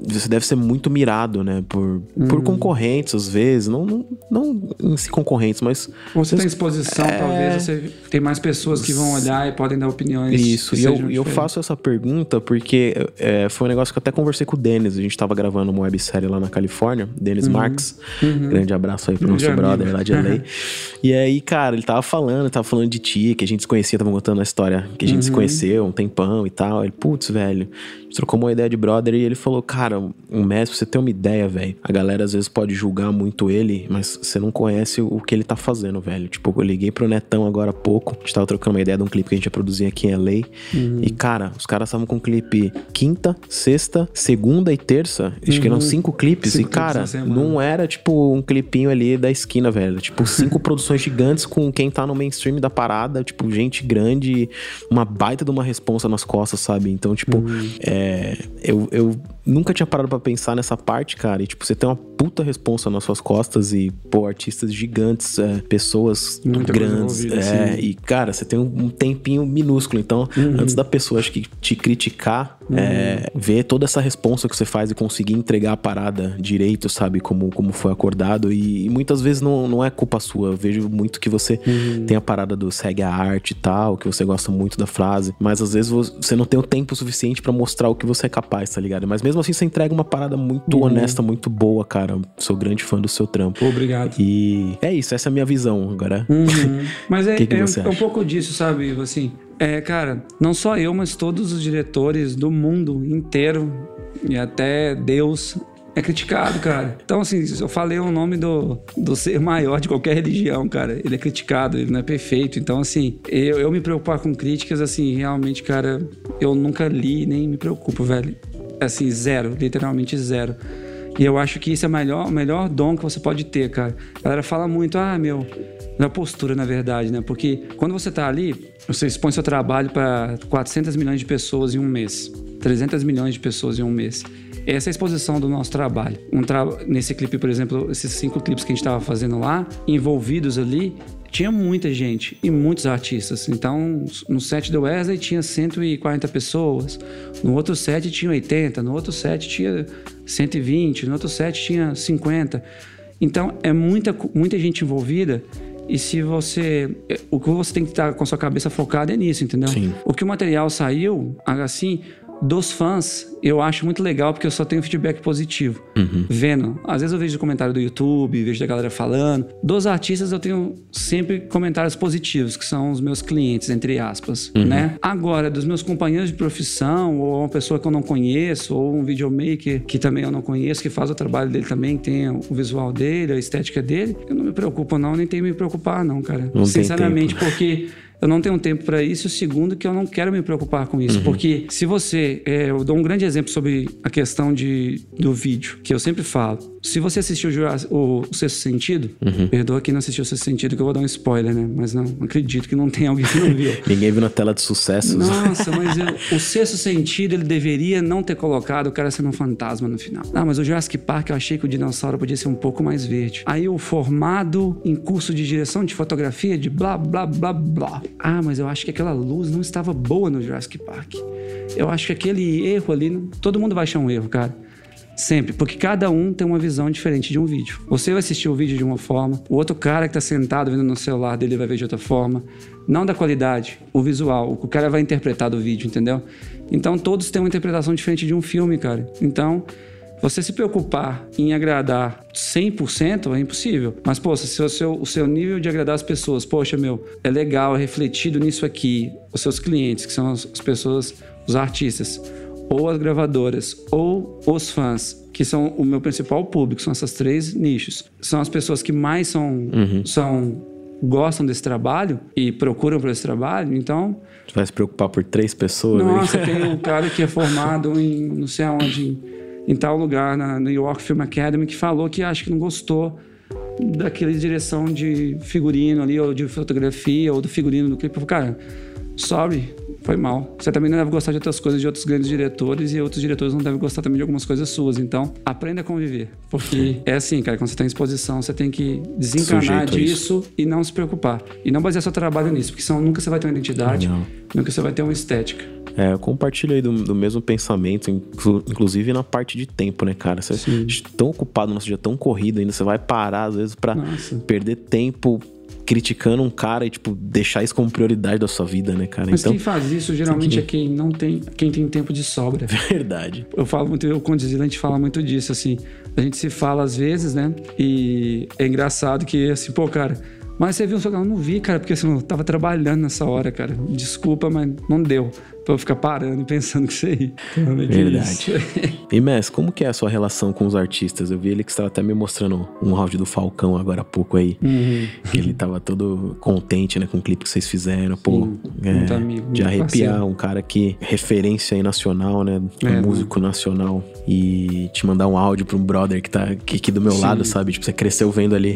você deve ser muito mirado, né? Por, hum. por concorrentes, às vezes. Não, não, não em si concorrentes, mas... Você tem exposição, é... talvez. Você tem mais pessoas que vão olhar e podem dar opiniões. Isso. E eu, eu faço essa pergunta porque é, foi um negócio que eu até conversei com o Denis. A gente tava gravando uma websérie lá na Califórnia. Denis uhum. Marques. Uhum. Grande abraço aí pro nosso amigo. brother lá de L A. E aí, cara, ele tava falando, tava falando de ti, que a gente se conhecia, tava contando a história que a gente uhum. se conheceu um tempão e tal. Ele, putz, velho, a gente trocou uma ideia de brother e ele falou, cara, o Messi, pra você ter uma ideia, velho, a galera às vezes pode julgar muito ele, mas você não conhece o que ele tá fazendo, velho. Tipo, eu liguei pro Netão agora há pouco, a gente tava trocando uma ideia de um clipe que a gente ia produzir aqui em L A. Uhum. E, cara, os caras estavam com clipe quinta, sexta, segunda e terça. Acho uhum. que eram cinco clipes. Cinco e, cara, não era, tipo, um clipinho ali da esquina, velho. Tipo, cinco produções gigantes com quem tá no mainstream da parada. Tipo, gente grande, uma baita de uma responsa nas costas, sabe? Então, tipo, uhum. é, eu, eu nunca tinha parado pra pensar nessa parte, cara. E, tipo, você tem uma puta responsa nas suas costas e, pô, artistas gigantes, é, pessoas Muita grandes. É, e, cara, você tem um tempinho minúsculo. Então, uhum. antes da pessoa, acho que te criticar, uhum. é, ver toda essa responsa que você faz e conseguir entregar a parada direito, sabe? Como, como foi acordado. E, e muitas vezes não, não é culpa sua. Eu vejo muito que você uhum. tem a parada do segue a arte e tal, que você gosta muito da frase. Mas, às vezes, você não tem o tempo suficiente pra mostrar o que você é capaz, tá ligado? Mas mesmo assim, você entrega uma parada muito uhum. honesta, muito boa, cara. Sou grande fã do seu trampo. Obrigado. E é isso, essa é a minha visão agora. Uhum. Mas é, que que é, você é um pouco disso, sabe? Assim, é, cara, não só eu, mas todos os diretores do mundo inteiro e até Deus é criticado, cara. Então, assim, eu falei o nome do, do ser maior de qualquer religião, cara. Ele é criticado, ele não é perfeito. Então, assim, eu, eu me preocupar com críticas, assim, realmente, cara, eu nunca li nem me preocupo, velho. Assim, zero, literalmente zero. E eu acho que isso é o melhor, o melhor dom que você pode ter, cara. A galera fala muito, ah, meu... Na postura, na verdade, né? Porque quando você tá ali, você expõe seu trabalho para quatrocentos milhões de pessoas em um mês. trezentos milhões de pessoas em um mês. Essa é a exposição do nosso trabalho. Um tra... Nesse clipe, por exemplo, esses cinco clipes que a gente tava fazendo lá, envolvidos ali, tinha muita gente e muitos artistas. Então, no set do Wesley tinha cento e quarenta pessoas, no outro set tinha oitenta, no outro set tinha cento e vinte, no outro set tinha cinquenta. Então, é muita, muita gente envolvida. E se você... O que você tem que estar com a sua cabeça focada é nisso, entendeu? Sim. O que o material saiu, assim... Dos fãs, eu acho muito legal porque eu só tenho feedback positivo. Uhum. Vendo. Às vezes eu vejo comentário do YouTube, vejo da galera falando. Dos artistas eu tenho sempre comentários positivos, que são os meus clientes, entre aspas, uhum. né? Agora, dos meus companheiros de profissão, ou uma pessoa que eu não conheço, ou um videomaker que também eu não conheço, que faz o trabalho dele também, que tem o visual dele, a estética dele, eu não me preocupo não, nem tenho que me preocupar não, cara. Não Sinceramente, porque... Eu não tenho tempo para isso. E o segundo, que eu não quero me preocupar com isso. Uhum. Porque se você... É, eu dou um grande exemplo sobre a questão de, do vídeo, que eu sempre falo. Se você assistiu o, o Sexto Sentido, uhum. perdoa quem não assistiu o Sexto Sentido, que eu vou dar um spoiler, né? Mas não, não acredito que não tem alguém que não viu. Ninguém viu na tela de sucessos. Nossa, mas eu, o Sexto Sentido, ele deveria não ter colocado o cara sendo um fantasma no final. Ah, mas o Jurassic Park, eu achei que o dinossauro podia ser um pouco mais verde. Aí o formado em curso de direção de fotografia, de blá, blá, blá, blá. Ah, mas eu acho que aquela luz não estava boa no Jurassic Park. Eu acho que aquele erro ali... Não... Todo mundo vai achar um erro, cara. Sempre. Porque cada um tem uma visão diferente de um vídeo. Você vai assistir o vídeo de uma forma, o outro cara que tá sentado vendo no celular dele vai ver de outra forma. Não da qualidade, o visual. O cara vai interpretar do vídeo, entendeu? Então todos têm uma interpretação diferente de um filme, cara. Então... Você se preocupar em agradar cem por cento é impossível. Mas, poxa, se o seu, o seu nível de agradar as pessoas, poxa, meu, é legal, é refletido nisso aqui. Os seus clientes, que são as, as pessoas, os artistas, ou as gravadoras, ou os fãs, que são o meu principal público, são essas três nichos. São as pessoas que mais são... Uhum. são gostam desse trabalho e procuram por esse trabalho, então... Você vai se preocupar por três pessoas? Nossa, né? Tem um cara que é formado em não sei aonde... em tal lugar, na New York Film Academy, que falou que acho que não gostou daquela direção de figurino ali, ou de fotografia, ou do figurino do clipe. Cara, sorry, foi mal. Você também não deve gostar de outras coisas de outros grandes diretores, e outros diretores não devem gostar também de algumas coisas suas. Então, aprenda a conviver. Porque é assim, cara, quando você está em exposição, você tem que desencanar disso e não se preocupar. E não basear seu trabalho nisso, porque senão nunca você vai ter uma identidade, não. nunca você vai ter uma estética. É, eu compartilho aí do, do mesmo pensamento, inclu, inclusive na parte de tempo, né, cara? Você é tão ocupado, nosso dia tão corrido ainda, você vai parar às vezes pra Nossa. perder tempo criticando um cara e, tipo, deixar isso como prioridade da sua vida, né, cara? Mas então, quem faz isso geralmente que... é quem não tem, quem tem tempo de sobra. Verdade. Eu falo muito, eu com o Dizila, a gente fala muito disso, assim. A gente se fala às vezes, né? E é engraçado que, assim, pô, cara, mas você viu o seu canal? Não vi, cara, porque assim, eu tava trabalhando nessa hora, cara. Desculpa, mas não deu. Pra eu ficar parando e pensando que isso aí. Verdade. E, Mess, como que é a sua relação com os artistas? Eu vi ele que estava até me mostrando um áudio do Falcão agora há pouco aí. Uhum. Que ele tava todo contente, né, com o clipe que vocês fizeram. Pô, Sim, é, muito amigo, muito de arrepiar. Parceiro. Um cara que referência aí nacional, né? Um é, músico mano. nacional. E te mandar um áudio pra um brother que tá aqui, aqui do meu Sim. lado, sabe? Tipo, você cresceu vendo ali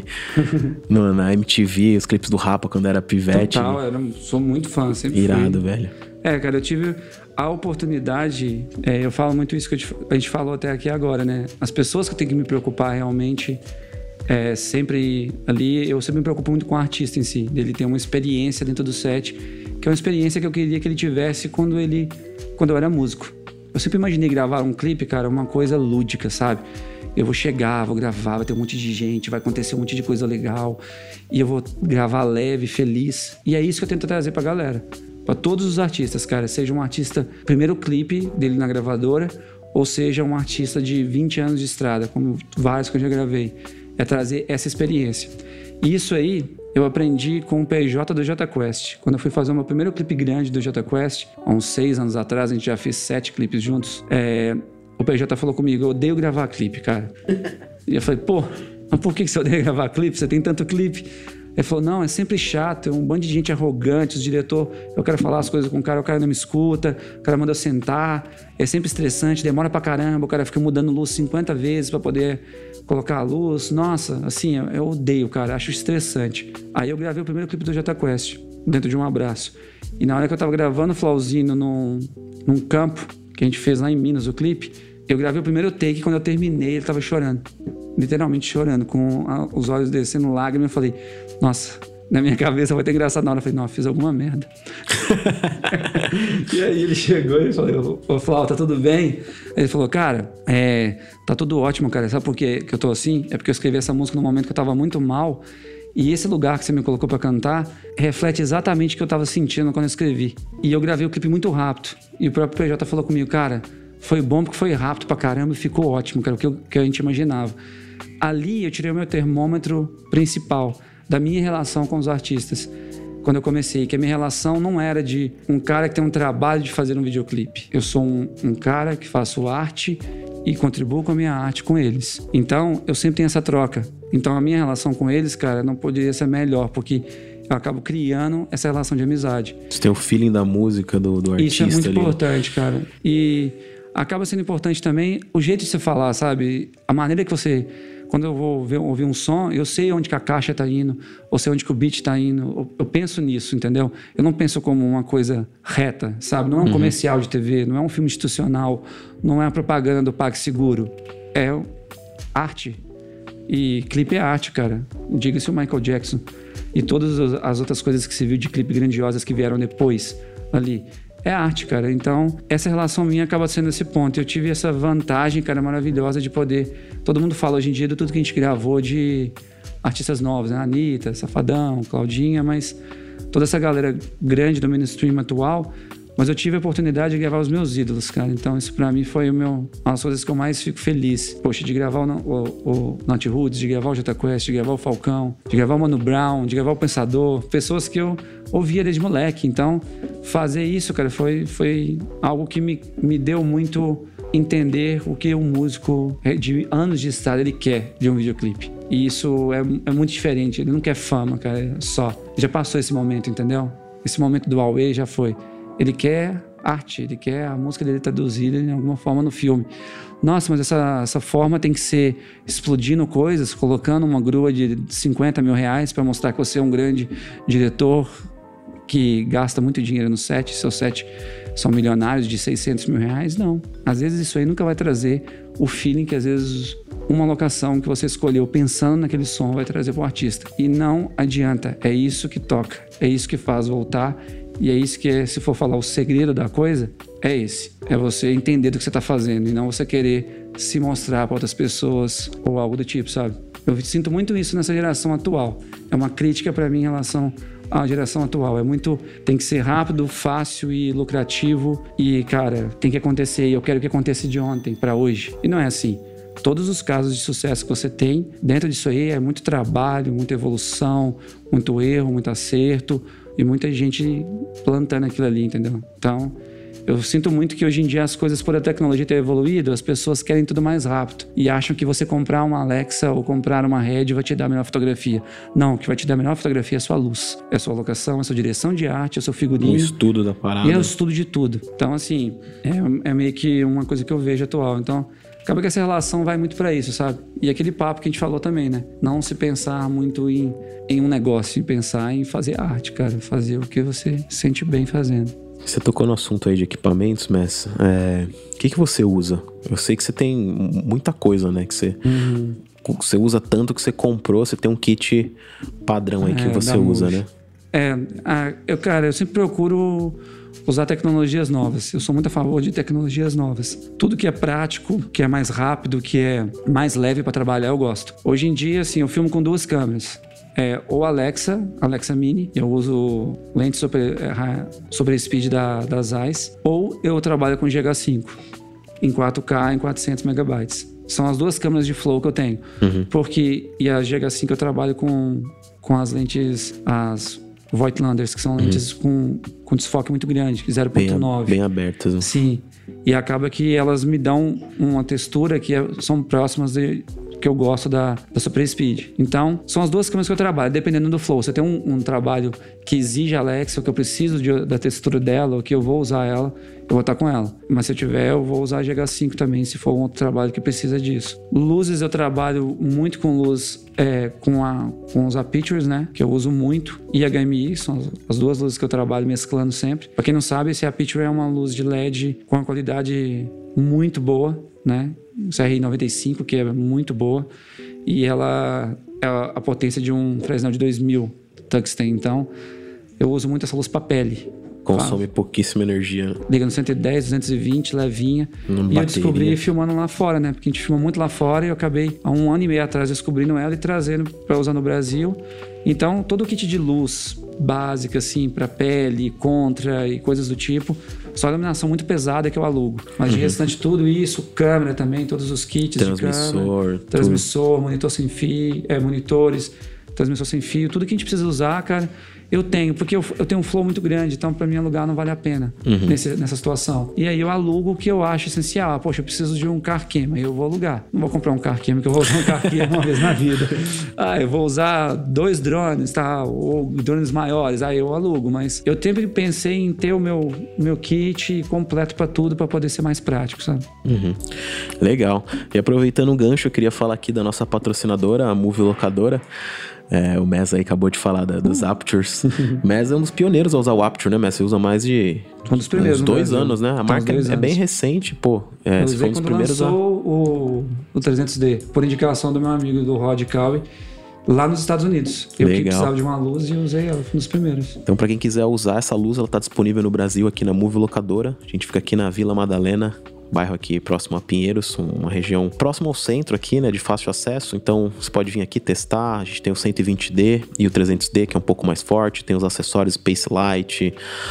no, na M T V, os clipes do Rapa quando era pivete. Total, era, sou muito fã, sempre Irado, fui. velho. É, cara, eu tive a oportunidade, é, eu falo muito isso que a gente falou até aqui agora, né? As pessoas que eu tenho que me preocupar realmente, é, sempre ali, eu sempre me preocupo muito com o artista em si, dele ter uma experiência dentro do set, que é uma experiência que eu queria que ele tivesse quando ele, quando eu era músico. Eu sempre imaginei gravar um clipe, cara, uma coisa lúdica, sabe? Eu vou chegar, vou gravar, vai ter um monte de gente, vai acontecer um monte de coisa legal, e eu vou gravar leve, feliz. E é isso que eu tento trazer pra galera. Pra todos os artistas, cara, seja um artista, primeiro clipe dele na gravadora, ou seja um artista de vinte anos de estrada, como vários que eu já gravei. É trazer essa experiência. E isso aí eu aprendi com o P J do Jota Quest. Quando eu fui fazer o meu primeiro clipe grande do Jota Quest, há uns seis anos atrás, a gente já fez sete clipes juntos, é, o P J falou comigo, eu odeio gravar clipe, cara. E eu falei, pô, mas por que você odeia gravar clipe? Você tem tanto clipe. Ele falou, não, é sempre chato, é um bando de gente arrogante, os diretor, eu quero falar as coisas com o cara, o cara não me escuta, o cara manda eu sentar, é sempre estressante, demora pra caramba, o cara fica mudando luz cinquenta vezes pra poder colocar a luz. Nossa, assim, eu, eu odeio, cara, acho estressante. Aí eu gravei o primeiro clipe do Jota Quest, dentro de um abraço. E na hora que eu tava gravando o Flauzino num, num campo, que a gente fez lá em Minas, o clipe, eu gravei o primeiro take, quando eu terminei, ele tava chorando. Literalmente chorando, com a, os olhos descendo lágrimas. Eu falei, nossa, na minha cabeça vai ter engraçado. Na hora eu falei, não, fiz alguma merda. E aí ele chegou e falou, ô Flau, tá tudo bem? Ele falou, cara, é, tá tudo ótimo, cara. Sabe por que eu tô assim? É porque eu escrevi essa música no momento que eu tava muito mal. E esse lugar que você me colocou pra cantar reflete exatamente o que eu tava sentindo quando eu escrevi. E eu gravei o clipe muito rápido. E o próprio P J falou comigo, cara, foi bom porque foi rápido pra caramba e ficou ótimo, cara, o que, eu, que a gente imaginava. Ali eu tirei o meu termômetro principal da minha relação com os artistas. Quando eu comecei, que a minha relação não era de um cara que tem um trabalho de fazer um videoclipe. Eu sou um, um cara que faço arte e contribuo com a minha arte com eles. Então, eu sempre tenho essa troca. Então, a minha relação com eles, cara, não poderia ser melhor, porque eu acabo criando essa relação de amizade. Você tem o feeling da música do, do artista ali. Isso é muito ali. importante, cara. E acaba sendo importante também o jeito de você falar, sabe? A maneira que você... Quando eu vou ver, ouvir um som, eu sei onde que a caixa tá indo, ou sei onde que o beat tá indo. Eu, eu penso nisso, entendeu? Eu não penso como uma coisa reta, sabe? Não é um uhum. comercial de T V, não é um filme institucional, não é uma propaganda do PagSeguro. É arte. E clipe é arte, cara. Diga-se o Michael Jackson. E todas as outras coisas que você viu de clipe grandiosas que vieram depois ali. É arte, cara. Então, essa relação minha acaba sendo esse ponto. Eu tive essa vantagem, cara, maravilhosa de poder... Todo mundo fala hoje em dia de tudo que a gente gravou de artistas novos, né? Anitta, Safadão, Claudinha, mas toda essa galera grande do mainstream atual. Mas eu tive a oportunidade de gravar os meus ídolos, cara. Então, isso pra mim foi o meu, uma das coisas que eu mais fico feliz. Poxa, de gravar o, o, o Not Roots, de gravar o Jota Quest, de gravar o Falcão, de gravar o Mano Brown, de gravar o Pensador. Pessoas que eu ouvia desde moleque. Então, fazer isso, cara, foi, foi algo que me, me deu muito entender o que um músico de anos de estrada ele quer de um videoclipe. E isso é, é muito diferente. Ele não quer fama, cara, só. Já passou esse momento, entendeu? Esse momento do Huawei já foi. Ele quer arte, ele quer a música dele traduzida de alguma forma no filme. Nossa, mas essa, essa forma tem que ser explodindo coisas, colocando uma grua de cinquenta mil reais para mostrar que você é um grande diretor que gasta muito dinheiro no set, seus sets são milionários de seiscentos mil reais. Não. Às vezes isso aí nunca vai trazer o feeling que às vezes uma locação que você escolheu pensando naquele som vai trazer para o artista. E não adianta, é isso que toca, é isso que faz voltar. E é isso que, é, se for falar o segredo da coisa, é esse. É você entender do que você tá fazendo e não você querer se mostrar para outras pessoas ou algo do tipo, sabe? Eu sinto muito isso nessa geração atual. É uma crítica para mim em relação à geração atual. É muito... Tem que ser rápido, fácil e lucrativo. E, cara, tem que acontecer. E eu quero que aconteça de ontem para hoje. E não é assim. Todos os casos de sucesso que você tem, dentro disso aí é muito trabalho, muita evolução, muito erro, muito acerto e muita gente plantando aquilo ali, entendeu? Então, eu sinto muito que hoje em dia as coisas, por a tecnologia ter evoluído, as pessoas querem tudo mais rápido e acham que você comprar uma Alexa ou comprar uma Red vai te dar a melhor fotografia. Não, o que vai te dar a melhor fotografia é a sua luz, é a sua locação, é a sua direção de arte, é o seu figurino. O estudo da parada. E é o estudo de tudo. Então, assim, é, é meio que uma coisa que eu vejo atual. Então, acaba que essa relação vai muito pra isso, sabe? E aquele papo que a gente falou também, né? Não se pensar muito em, em um negócio, em pensar em fazer arte, cara. Fazer o que você sente bem fazendo. Você tocou no assunto aí de equipamentos, Mess. É, o que que você usa? Eu sei que você tem muita coisa, né? Que você, Uhum. você usa tanto que você comprou, você tem um kit padrão aí que É, você da usa, Move. né? É, a, eu, cara, eu sempre procuro usar tecnologias novas. Eu sou muito a favor de tecnologias novas. Tudo que é prático, que é mais rápido, que é mais leve para trabalhar, eu gosto. Hoje em dia, assim, eu filmo com duas câmeras. É, ou Alexa, Alexa Mini, eu uso lente super, é, super speed da, da Zeiss, ou eu trabalho com G H cinco em quatro K, em quatrocentos megabytes. São as duas câmeras de flow que eu tenho. Uhum. Porque, e a G H cinco eu trabalho com, com as lentes, as Voigtlanders, que são lentes uhum. com, com desfoque muito grande, zero ponto nove. Bem, bem abertas. Né? Sim. E acaba que elas me dão uma textura que é, são próximas de, que eu gosto da, da Super Speed. Então, são as duas câmeras que eu trabalho, dependendo do flow. Se eu tenho um, um trabalho que exige a Alexa, ou que eu preciso de, da textura dela, ou que eu vou usar ela, eu vou estar com ela. Mas se eu tiver, eu vou usar a G H cinco também, se for um outro trabalho que precisa disso. Luzes, eu trabalho muito com luz, é, com, a, com os Apertures, né? Que eu uso muito. E H M I, são as, as duas luzes que eu trabalho mesclando sempre. Pra quem não sabe, esse Aperture é uma luz de L E D com uma qualidade muito boa, né? C R I noventa e cinco, que é muito boa. E ela é a potência de um Fresnel de dois mil Tungsten. Então, eu uso muito essa luz pra pele. Consome pouquíssima energia. Liga no cento e dez, duzentos e vinte, levinha. Não e bateria. Eu descobri filmando lá fora, né? Porque a gente filma muito lá fora e eu acabei, há um ano e meio atrás, descobrindo ela e trazendo pra usar no Brasil. Então, todo o kit de luz básica, assim, pra pele, contra e coisas do tipo, só iluminação muito pesada que eu alugo. Mas de Uhum. restante tudo isso, câmera também, todos os kits Transmissor, de câmera. tudo. Transmissor, monitor sem fio, é, monitores, transmissor sem fio, tudo que a gente precisa usar, cara, eu tenho, porque eu, eu tenho um flow muito grande, então pra mim alugar não vale a pena Uhum. nesse, nessa situação. E aí eu alugo o que eu acho essencial. Ah, poxa, eu preciso de um car cam, aí eu vou alugar. Não vou comprar um car cam, que eu vou usar um car cam uma vez na vida. Ah, eu vou usar dois drones, tá? Ou drones maiores, aí eu alugo. Mas eu sempre pensei em ter o meu, meu kit completo pra tudo, pra poder ser mais prático, sabe? Uhum. Legal. E aproveitando o gancho, eu queria falar aqui da nossa patrocinadora, a Move Locadora. É, o Mess aí acabou de falar da, dos Apertures. O Mess é um dos pioneiros a usar o Aperture, né, Mess? Você usa mais de Um dos primeiros, uns dois né? anos, né? A marca é, é bem recente, pô. É, eu você usei foi um dos quando primeiros lançou a... o, o trezentos D, por indicação do meu amigo, do Rod Cowie, lá nos Estados Unidos. Eu Legal. que precisava de uma luz e usei ela, fui um dos primeiros. Então, pra quem quiser usar essa luz, ela tá disponível no Brasil, aqui na Move Locadora. A gente fica aqui na Vila Madalena, bairro aqui próximo a Pinheiros, uma região próxima ao centro aqui, né, de fácil acesso. Então você pode vir aqui testar. A gente tem o cento e vinte D e o trezentos D, que é um pouco mais forte. Tem os acessórios Space Light,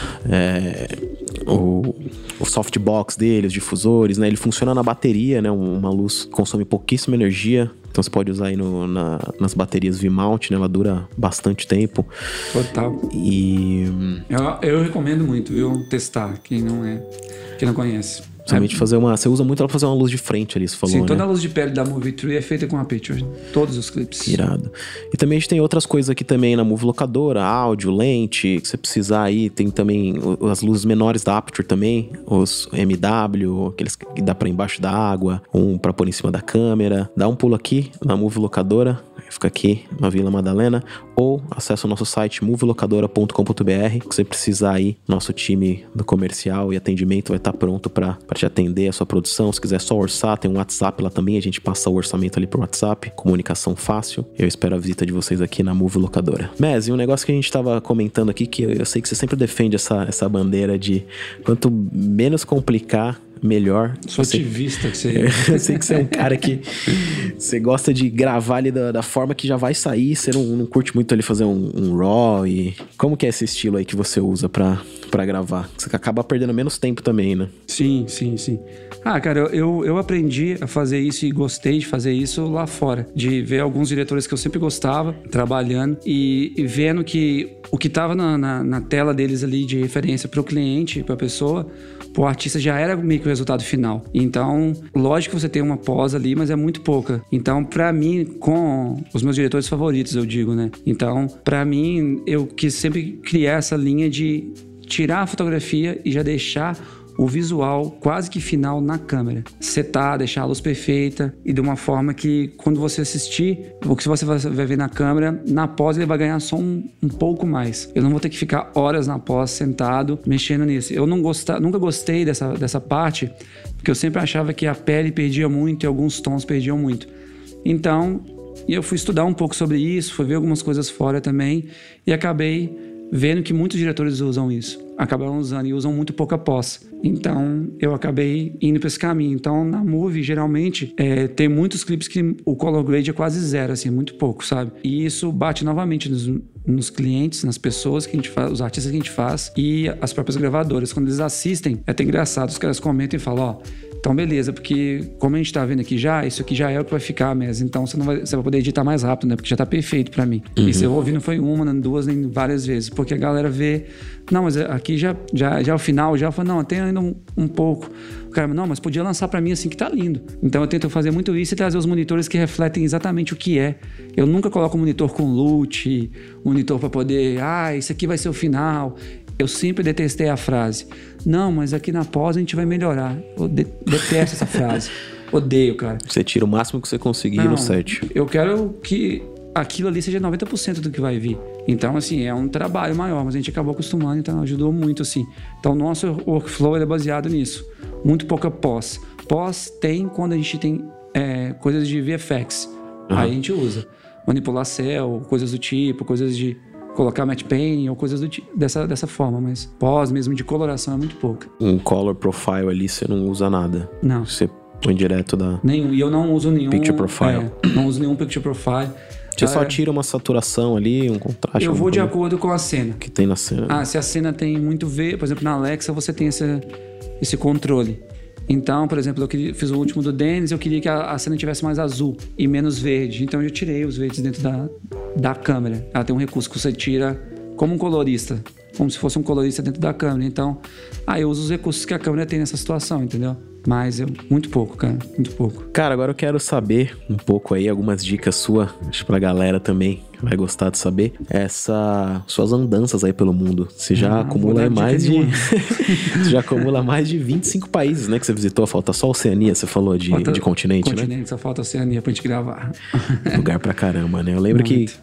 é, o, o softbox dele, os difusores, né? Ele funciona na bateria, né? Uma luz que consome pouquíssima energia. Então você pode usar aí no, na, nas baterias V-mount, né? Ela dura bastante tempo. Total. E Eu, eu recomendo muito, viu? Testar, quem não é, quem não conhece. Principalmente fazer uma... Você usa muito ela pra fazer uma luz de frente ali, você falou, Sim, né? toda a luz de pele da Movie Tree é feita com Aperture. Todos os clipes. Irado. E também a gente tem outras coisas aqui também na Move Locadora, áudio, lente, que você precisar aí. Tem também as luzes menores da Aperture também, os M W, aqueles que dá pra embaixo da água, um pra pôr em cima da câmera. Dá um pulo aqui na Move Locadora. fica aqui na Vila Madalena, ou acesse o nosso site movie locadora ponto com ponto b r. Se você precisar aí, nosso time do comercial e atendimento vai estar pronto para te atender a sua produção. Se quiser só orçar, tem um WhatsApp lá também, a gente passa o orçamento ali pro WhatsApp, comunicação fácil. Eu espero a visita de vocês aqui na Movie Locadora. Mes, e um negócio que a gente tava comentando aqui, que eu, eu sei que você sempre defende essa, essa bandeira de quanto menos complicar, melhor. Sou você... ativista que você... Eu sei que você é um cara que você gosta de gravar ali da, da forma que já vai sair, você não, não curte muito ali fazer um, um raw e... Como que é esse estilo aí que você usa pra, pra gravar? Você acaba perdendo menos tempo também, né? Sim, sim, sim. Ah, cara, eu, eu aprendi a fazer isso e gostei de fazer isso lá fora. De ver alguns diretores que eu sempre gostava trabalhando e, e vendo que o que tava na, na, na tela deles ali de referência pro cliente, pra pessoa, pro artista já era meio que o resultado final. Então, lógico que você tem uma pós ali, mas é muito pouca. Então, pra mim, com os meus diretores favoritos, eu digo, né? Então, pra mim, eu quis sempre criar essa linha de tirar a fotografia e já deixar o visual quase que final na câmera. Setar, deixar a luz perfeita e de uma forma que quando você assistir, o que você vai ver na câmera, na pós ele vai ganhar só um, um pouco mais. Eu não vou ter que ficar horas na pós sentado mexendo nisso. Eu não gostar, nunca gostei dessa, dessa parte, porque eu sempre achava que a pele perdia muito e alguns tons perdiam muito. Então, eu fui estudar um pouco sobre isso, fui ver algumas coisas fora também e acabei vendo que muitos diretores usam isso. Acabaram usando e usam muito pouca pós. Então, eu acabei indo para esse caminho. Então, na Movie, geralmente, é, tem muitos clipes que o color grade é quase zero, assim, muito pouco, sabe? E isso bate novamente nos, nos clientes, nas pessoas que a gente faz, os artistas que a gente faz e as próprias gravadoras. Quando eles assistem, é até engraçado. Os caras comentam e falam, ó, então beleza, porque como a gente tá vendo aqui já, isso aqui já é o que vai ficar mesmo. Então você, não vai, você vai poder editar mais rápido, né? Porque já tá perfeito pra mim. Uhum. E se eu ouvir, não foi uma, nem duas, nem várias vezes. Porque a galera vê, não, mas aqui já, já, já é o final, já fala, não, tem ainda um, um pouco. O cara, não, mas podia lançar pra mim assim que tá lindo. Então eu tento fazer muito isso e trazer os monitores que refletem exatamente o que é. Eu nunca coloco um monitor com lute, um monitor pra poder, ah, isso aqui vai ser o final. Eu sempre detestei a frase, não, mas aqui na pós a gente vai melhorar. Eu de- detesto essa frase. Odeio, cara. Você tira o máximo que você conseguir não, no set. Eu quero que aquilo ali seja noventa por cento do que vai vir. Então, assim, é um trabalho maior, mas a gente acabou acostumando, então ajudou muito, assim. Então, o nosso workflow ele é baseado nisso. Muito pouca pós. Pós tem quando a gente tem é, coisas de V F X. Uhum. Aí a gente usa. Manipular cel, coisas do tipo, coisas de... colocar matte painting ou coisas do tipo, dessa, dessa forma, mas pós mesmo de coloração é muito pouca. Um color profile ali você não usa nada. Não. Você põe direto da... Nenhum, e eu não uso nenhum... Picture profile. É, não uso nenhum picture profile. Você ah, só tira uma saturação ali, um contraste. Eu vou de coisa acordo com a cena. que tem na cena. Ah, se a cena tem muito V, por exemplo, na Alexa você tem esse, esse controle. Então, por exemplo, eu queria, fiz o último do Dennis, eu queria que a, a cena tivesse mais azul e menos verde. Então eu tirei os verdes dentro da, da câmera. Ela tem um recurso que você tira como um colorista, como se fosse um colorista dentro da câmera. Então, aí ah, eu uso os recursos que a câmera tem nessa situação, entendeu? Mas eu, muito pouco, cara, muito pouco. Cara, agora eu quero saber um pouco aí, algumas dicas suas, acho que pra galera também vai gostar de saber, essa suas andanças aí pelo mundo. Você já ah, acumula aí mais de... Você já acumula mais de vinte e cinco países, né, que você visitou. Falta só a Oceania, você falou de, falta de continente, continente, né? Continente, só falta a Oceania pra gente gravar. Lugar pra caramba, né? Eu lembro muito. que...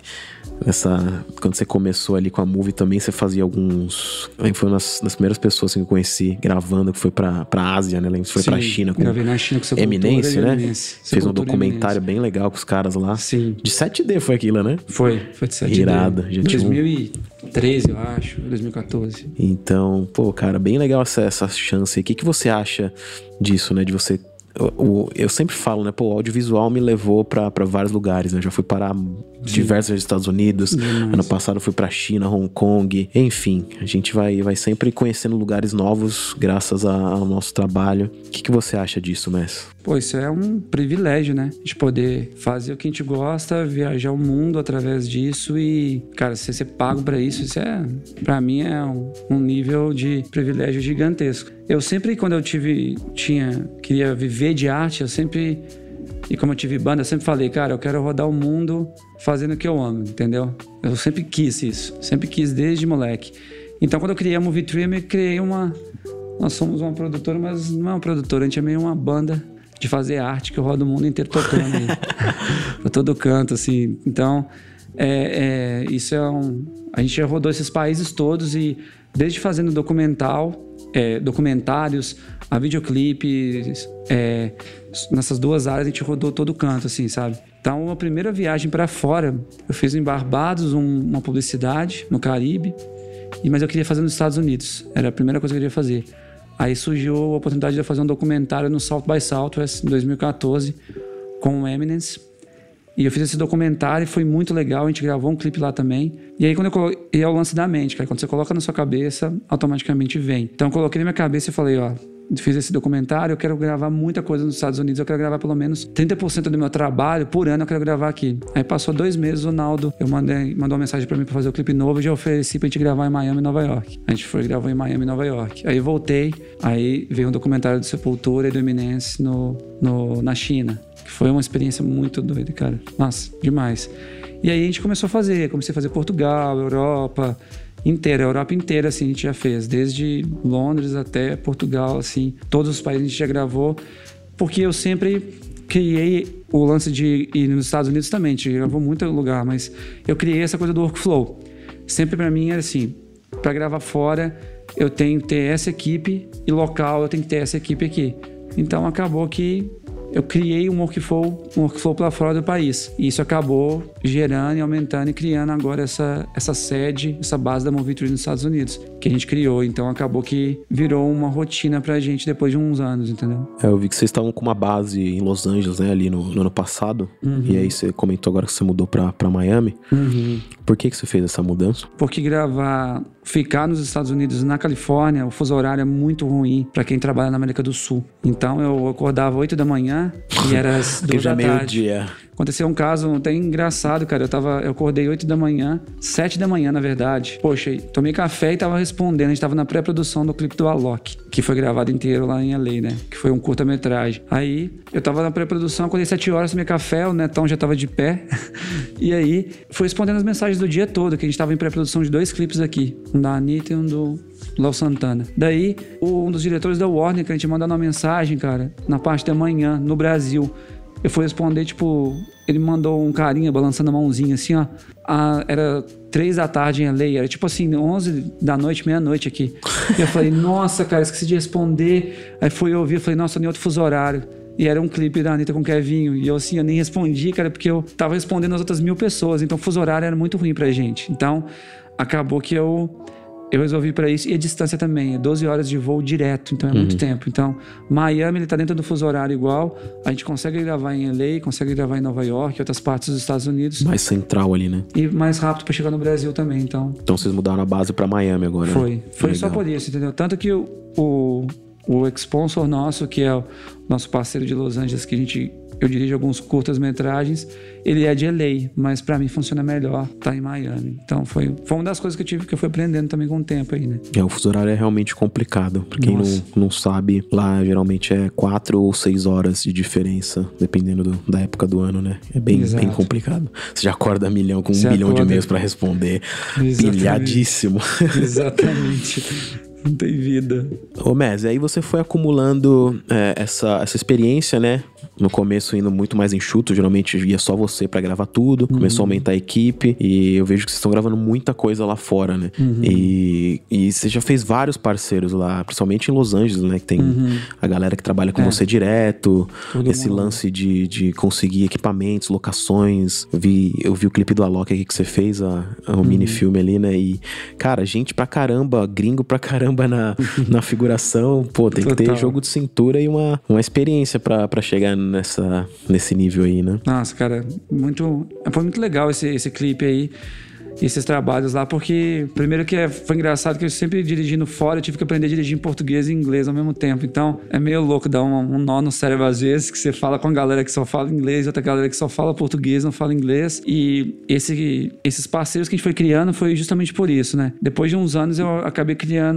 Essa, quando você começou ali com a Movie também, você fazia alguns... Foi uma das, das primeiras pessoas assim, que eu conheci gravando, que foi pra, pra Ásia, né? Lembro que foi Sim, pra China. Com gravei na China com Sepultura, Eminência, né? Eminência. Fez um documentário bem legal com os caras lá. Sim. De sete D foi aquilo, né? Foi, foi de sete D. Irado. Já dois mil e treze, eu acho. dois mil e quatorze. Então, pô, cara, bem legal essa, essa chance. O que, que você acha disso, né? De você... Eu, eu sempre falo, né? Pô, o audiovisual me levou pra, pra vários lugares, né? Eu já fui para diversos Estados Unidos. Demais. Ano passado eu fui pra China, Hong Kong. Enfim, a gente vai, vai sempre conhecendo lugares novos graças a, ao nosso trabalho. O que, que você acha disso, Messi? Pô, isso é um privilégio, né? De poder fazer o que a gente gosta, viajar o mundo através disso e, cara, você ser pago pra isso, isso é, pra mim, é um, um nível de privilégio gigantesco. Eu sempre, quando eu tive, tinha, queria viver de arte, eu sempre, e como eu tive banda, eu sempre falei, cara, eu quero rodar o mundo fazendo o que eu amo, entendeu? Eu sempre quis isso, sempre quis desde moleque. Então, quando eu criei a Movie Tree, eu criei uma... Nós somos uma produtora, mas não é uma produtora, a gente é meio uma banda de fazer arte, que eu rodo o mundo inteiro tocando aí. Pra todo canto, assim. Então, é, é, isso é um... A gente já rodou esses países todos e desde fazendo documental, é, documentários, a videoclipes, é, nessas duas áreas a gente rodou todo canto, assim, sabe? Então, a primeira viagem para fora, eu fiz em Barbados um, uma publicidade no Caribe, e, mas eu queria fazer nos Estados Unidos. Era a primeira coisa que eu queria fazer. Aí surgiu a oportunidade de eu fazer um documentário no South by Southwest, em dois mil e quatorze, com o Eminence. E eu fiz esse documentário e foi muito legal. A gente gravou um clipe lá também. E aí, quando eu coloquei... E é o lance da mente, cara. Quando você coloca na sua cabeça, automaticamente vem. Então, eu coloquei na minha cabeça e falei, ó... Fiz esse documentário, eu quero gravar muita coisa nos Estados Unidos. Eu quero gravar pelo menos trinta por cento do meu trabalho por ano, eu quero gravar aqui. Aí passou dois meses, o Naldo eu mandei, mandou uma mensagem pra mim pra fazer o clipe novo e já ofereci pra gente gravar em Miami e Nova York. A gente foi gravar em Miami e Nova York. Aí voltei, aí veio um documentário do Sepultura e do Eminence no, no, na China. Que foi uma experiência muito doida, cara. Nossa, demais. E aí a gente começou a fazer, comecei a fazer Portugal, Europa... inteira, a Europa inteira, assim, a gente já fez. Desde Londres até Portugal, assim. Todos os países a gente já gravou. Porque eu sempre criei o lance de ir nos Estados Unidos também. A gente gravou muito lugar, mas eu criei essa coisa do workflow. Sempre pra mim era assim, pra gravar fora, eu tenho que ter essa equipe e local eu tenho que ter essa equipe aqui. Então acabou que eu criei um workflow, um workflow para fora do país. E isso acabou gerando e aumentando e criando agora essa, essa sede, essa base da Movie Tree nos Estados Unidos, que a gente criou. Então acabou que virou uma rotina pra gente depois de uns anos, entendeu? É, eu vi que vocês estavam com uma base em Los Angeles, né, ali no, no ano passado. Uhum. E aí você comentou agora que você mudou pra, pra Miami. Uhum. Por que que você fez essa mudança? Porque gravar, ficar nos Estados Unidos, na Califórnia, o fuso horário é muito ruim pra quem trabalha na América do Sul. Então eu acordava oito da manhã e era às duas da tarde. Meio-dia. Aconteceu um caso até engraçado, cara. Eu, tava, eu acordei oito da manhã, sete da manhã, na verdade. Poxa, tomei café e tava respondendo. A gente tava na pré-produção do clipe do Alok, que foi gravado inteiro lá em L A, né? Que foi um curta-metragem. Aí, eu tava na pré-produção, acordei sete horas, tomei café, o Netão já tava de pé. E aí, fui respondendo as mensagens do dia todo, que a gente tava em pré-produção de dois clipes aqui. Um da Anitta e um do Léo Santana. Daí, um dos diretores da Warner, que a gente mandou uma mensagem, cara, na parte da manhã, no Brasil. Eu fui responder, tipo... Ele mandou um carinha balançando a mãozinha, assim, ó. Ah, era três da tarde em L A. Era tipo assim, onze da noite, meia-noite aqui. E eu falei, nossa, cara, esqueci de responder. Aí fui ouvir, eu falei, nossa, nem outro fuso horário. E era um clipe da Anitta com o Kevinho. E eu, assim, eu nem respondi, cara, porque eu tava respondendo as outras mil pessoas. Então, o fuso horário era muito ruim pra gente. Então, acabou que eu... Eu resolvi para isso. E a distância também. É doze horas de voo direto. Então é uhum. muito tempo. Então, Miami, ele tá dentro do fuso horário igual. A gente consegue gravar em L A, consegue gravar em Nova York, outras partes dos Estados Unidos. Mais central ali, né? E mais rápido para chegar no Brasil também, então. Então vocês mudaram a base para Miami agora, Foi. Né? Foi só por isso, entendeu? Tanto que o, o, o sponsor nosso, que é o nosso parceiro de Los Angeles, que a gente... Eu dirijo alguns curtas-metragens. Ele é de L A, mas pra mim funciona melhor tá em Miami. Então foi, foi uma das coisas que eu tive que eu fui aprendendo também com o tempo aí, né? É, o fuso horário é realmente complicado. Pra quem não, não sabe, lá geralmente é quatro ou seis horas de diferença, dependendo do, da época do ano, né? É bem, bem complicado. Você já acorda milhão com Você um bilhão acorda... de e-mails pra responder. Exatamente. Pilhadíssimo. Exatamente. Não tem vida. Ô, Mes, aí você foi acumulando é, essa, essa experiência, né? No começo indo muito mais enxuto, geralmente ia só você pra gravar tudo. Uhum. Começou a aumentar a equipe e eu vejo que vocês estão gravando muita coisa lá fora, né? Uhum. E, e você já fez vários parceiros lá, principalmente em Los Angeles, né? Que tem uhum. a galera que trabalha com é. você direto. Todo esse mundo. lance de, de conseguir equipamentos, locações. Eu vi, eu vi o clipe do Alok aqui que você fez, a, a um uhum. mini-filme ali, né? E, cara, gente pra caramba, gringo pra caramba na, na figuração. Pô, tem Total. que ter jogo de cintura e uma, uma experiência pra, pra chegar nessa, nesse nível aí, né? Nossa, cara, muito... Foi muito legal esse, esse clipe aí, esses trabalhos lá, porque primeiro que é, foi engraçado que eu sempre dirigindo fora, eu tive que aprender a dirigir em português e inglês ao mesmo tempo, então é meio louco, dá um, um nó no cérebro às vezes, que você fala com a galera que só fala inglês, outra galera que só fala português, não fala inglês, e esse, esses parceiros que a gente foi criando foi justamente por isso, né? Depois de uns anos eu acabei criando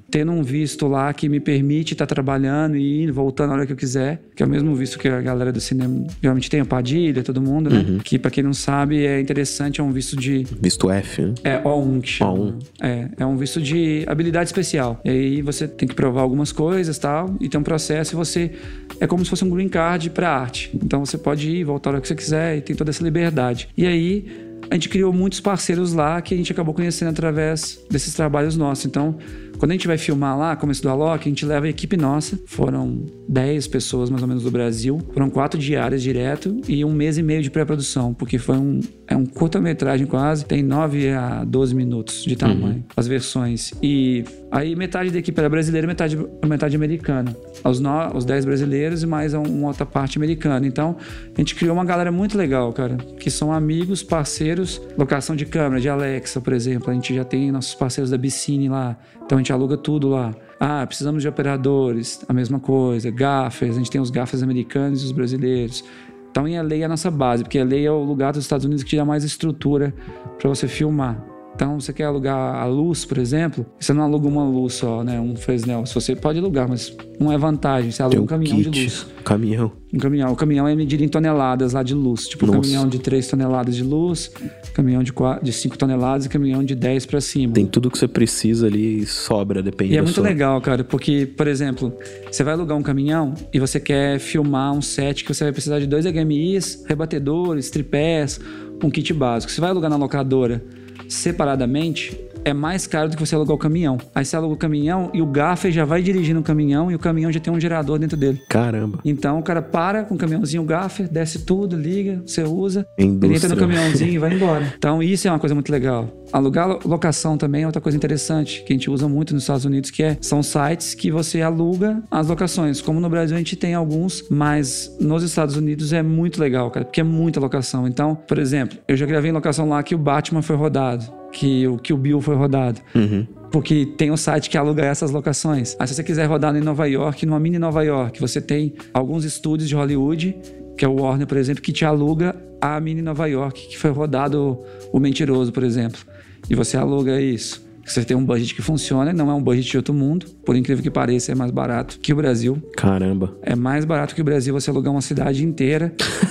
tendo um visto lá que me permite estar trabalhando e indo, voltando a hora que eu quiser, que é o mesmo visto que a galera do cinema geralmente tem, a Padilha, todo mundo, né? Uhum. Que pra quem não sabe é interessante, é um visto de... Visto F, né? É, O um que chama. O um. É, é um visto de habilidade especial. E aí você tem que provar algumas coisas e tal, e tem um processo e você... É como se fosse um green card pra arte. Então você pode ir, voltar a hora que você quiser e tem toda essa liberdade. E aí... a gente criou muitos parceiros lá que a gente acabou conhecendo através desses trabalhos nossos. Então, quando a gente vai filmar lá, começo do Alok, a gente leva a equipe nossa. Foram dez pessoas, mais ou menos, do Brasil. Foram quatro diárias direto e um mês e meio de pré-produção, porque foi um, é um curta-metragem quase. Tem nove a doze minutos de tamanho, uhum. as versões. E aí metade da equipe era brasileira e metade, metade americana. Os, no, os dez brasileiros e mais uma outra parte americana. Então, a gente criou uma galera muito legal, cara, que são amigos, parceiros, locação de câmera, de Alexa, por exemplo. A gente já tem nossos parceiros da Bicine lá. Então a gente aluga tudo lá. Ah, precisamos de operadores, a mesma coisa. Gaffers, a gente tem os gaffers americanos e os brasileiros. Então em L A é a nossa base, porque L A é o lugar dos Estados Unidos que te dá mais estrutura para você filmar. Então, você quer alugar a luz, por exemplo, você não aluga uma luz só, né? Um Fresnel. Você pode alugar, mas não é vantagem. Você aluga um, um caminhão kit, de luz. Caminhão. Um caminhão. O caminhão é medido em toneladas lá de luz. Tipo, um caminhão de três toneladas de luz, caminhão de, quatro, de cinco toneladas e caminhão de dez para cima. Tem tudo que você precisa ali e sobra, depende E é da muito sua... legal, cara, porque, por exemplo, você vai alugar um caminhão e você quer filmar um set que você vai precisar de dois H M Is, rebatedores, tripés, um kit básico. Você vai alugar na locadora separadamente, é mais caro do que você alugar o caminhão. Aí você aluga o caminhão e o gaffer já vai dirigindo o caminhão e o caminhão já tem um gerador dentro dele. Caramba. Então o cara para com o caminhãozinho, o gaffer, desce tudo, liga, você usa, Indústria. ele entra no caminhãozinho e vai embora. Então isso é uma coisa muito legal. Alugar locação também é outra coisa interessante, que a gente usa muito nos Estados Unidos, que é, são sites que você aluga as locações. Como no Brasil a gente tem alguns, mas nos Estados Unidos é muito legal, cara, porque é muita locação. Então, por exemplo, eu já gravei em locação lá que o Batman foi rodado, que o Kill Bill foi rodado. Uhum. Porque tem um site que aluga essas locações. Aí se você quiser rodar em Nova York, numa mini Nova York, você tem alguns estúdios de Hollywood, que é o Warner, por exemplo, que te aluga a mini Nova York, que foi rodado o Mentiroso, por exemplo. E você aluga isso. Você tem um budget que funciona, não é um budget de outro mundo. Por incrível que pareça, é mais barato que o Brasil. Caramba. É mais barato que o Brasil você alugar uma cidade inteira.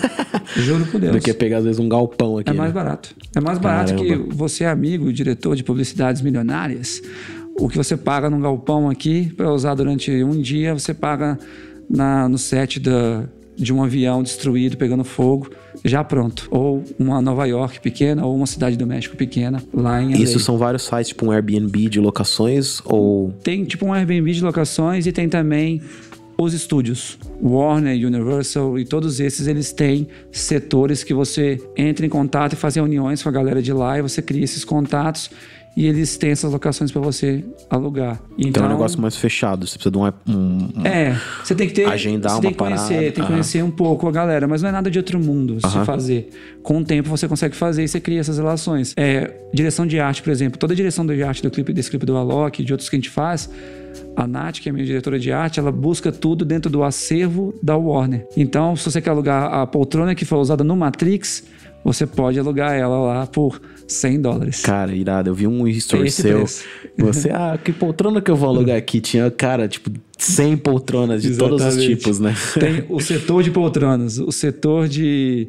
Juro por Deus. Do que pegar, às vezes, um galpão aqui. É mais né? barato. É mais barato Caramba. que você, amigo, diretor de publicidades milionárias. O que você paga num galpão aqui para usar durante um dia, você paga na, no set da, de um avião destruído, pegando fogo, já pronto. Ou uma Nova York pequena, ou uma cidade do México pequena, lá em L A. Isso são vários sites, tipo um Airbnb de locações, ou... Tem tipo um Airbnb de locações e tem também os estúdios. Warner, Universal e todos esses, eles têm setores que você entra em contato e faz reuniões com a galera de lá e você cria esses contatos e eles têm essas locações para você alugar. Então, então é um negócio mais fechado, você precisa de um... um, um é, você tem que ter... agendar você uma tem que conhecer, parada. Tem que Aham. conhecer um pouco a galera, mas não é nada de outro mundo se Aham. fazer. Com o tempo você consegue fazer e você cria essas relações. É, direção de arte, por exemplo. Toda a direção de arte do clipe, desse clipe do Alok e de outros que a gente faz, a Nath, que é a minha diretora de arte, ela busca tudo dentro do acervo da Warner. Então, se você quer alugar a poltrona que foi usada no Matrix, você pode alugar ela lá por cem dólares. Cara, irado. Eu vi um story Esse seu. preço. Você, ah, que poltrona que eu vou alugar aqui? Tinha, cara, tipo, cem poltronas de todos os Exatamente. tipos, né? Tem o setor de poltronas, o setor de...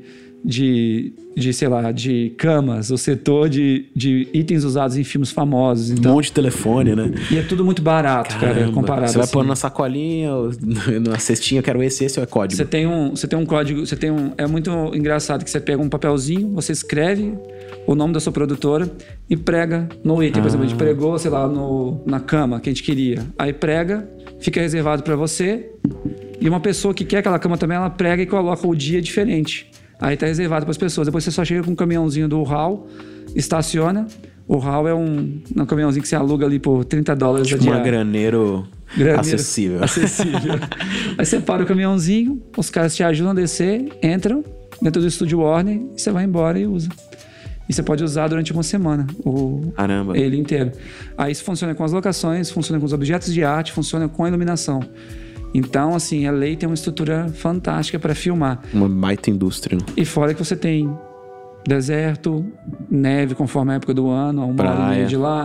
De, de, sei lá, de camas, o setor de, de itens usados em filmes famosos. Então, Um monte de telefone, né? e é tudo muito barato, cara, Caramba. comparado Você vai assim. pôr na sacolinha, ou na cestinha, eu quero esse, esse ou é código? Você tem um, você tem um código, você tem um... É muito engraçado que você pega um papelzinho, você escreve o nome da sua produtora e prega no item. Por Ah. exemplo, a gente pregou, sei lá, no, na cama que a gente queria. Aí prega, fica reservado para você e uma pessoa que quer aquela cama também, ela prega e coloca o dia diferente. Aí tá reservado para as pessoas. Depois você só chega com um caminhãozinho do hall, estaciona. O hall é um, um caminhãozinho que você aluga ali por trinta dólares Tipo a uma diária. graneiro, Graneiro acessível. acessível. Aí você para o caminhãozinho, os caras te ajudam a descer, entram dentro do estúdio Warner e você vai embora e usa. E você pode usar durante uma semana o, Caramba. ele inteiro. Aí isso funciona com as locações, funciona com os objetos de arte, funciona com a iluminação. Então, assim, a L A tem uma estrutura fantástica para filmar. Uma baita indústria. Né? E fora que você tem deserto, neve conforme a época do ano, a uma hora e Praia. meia de lá,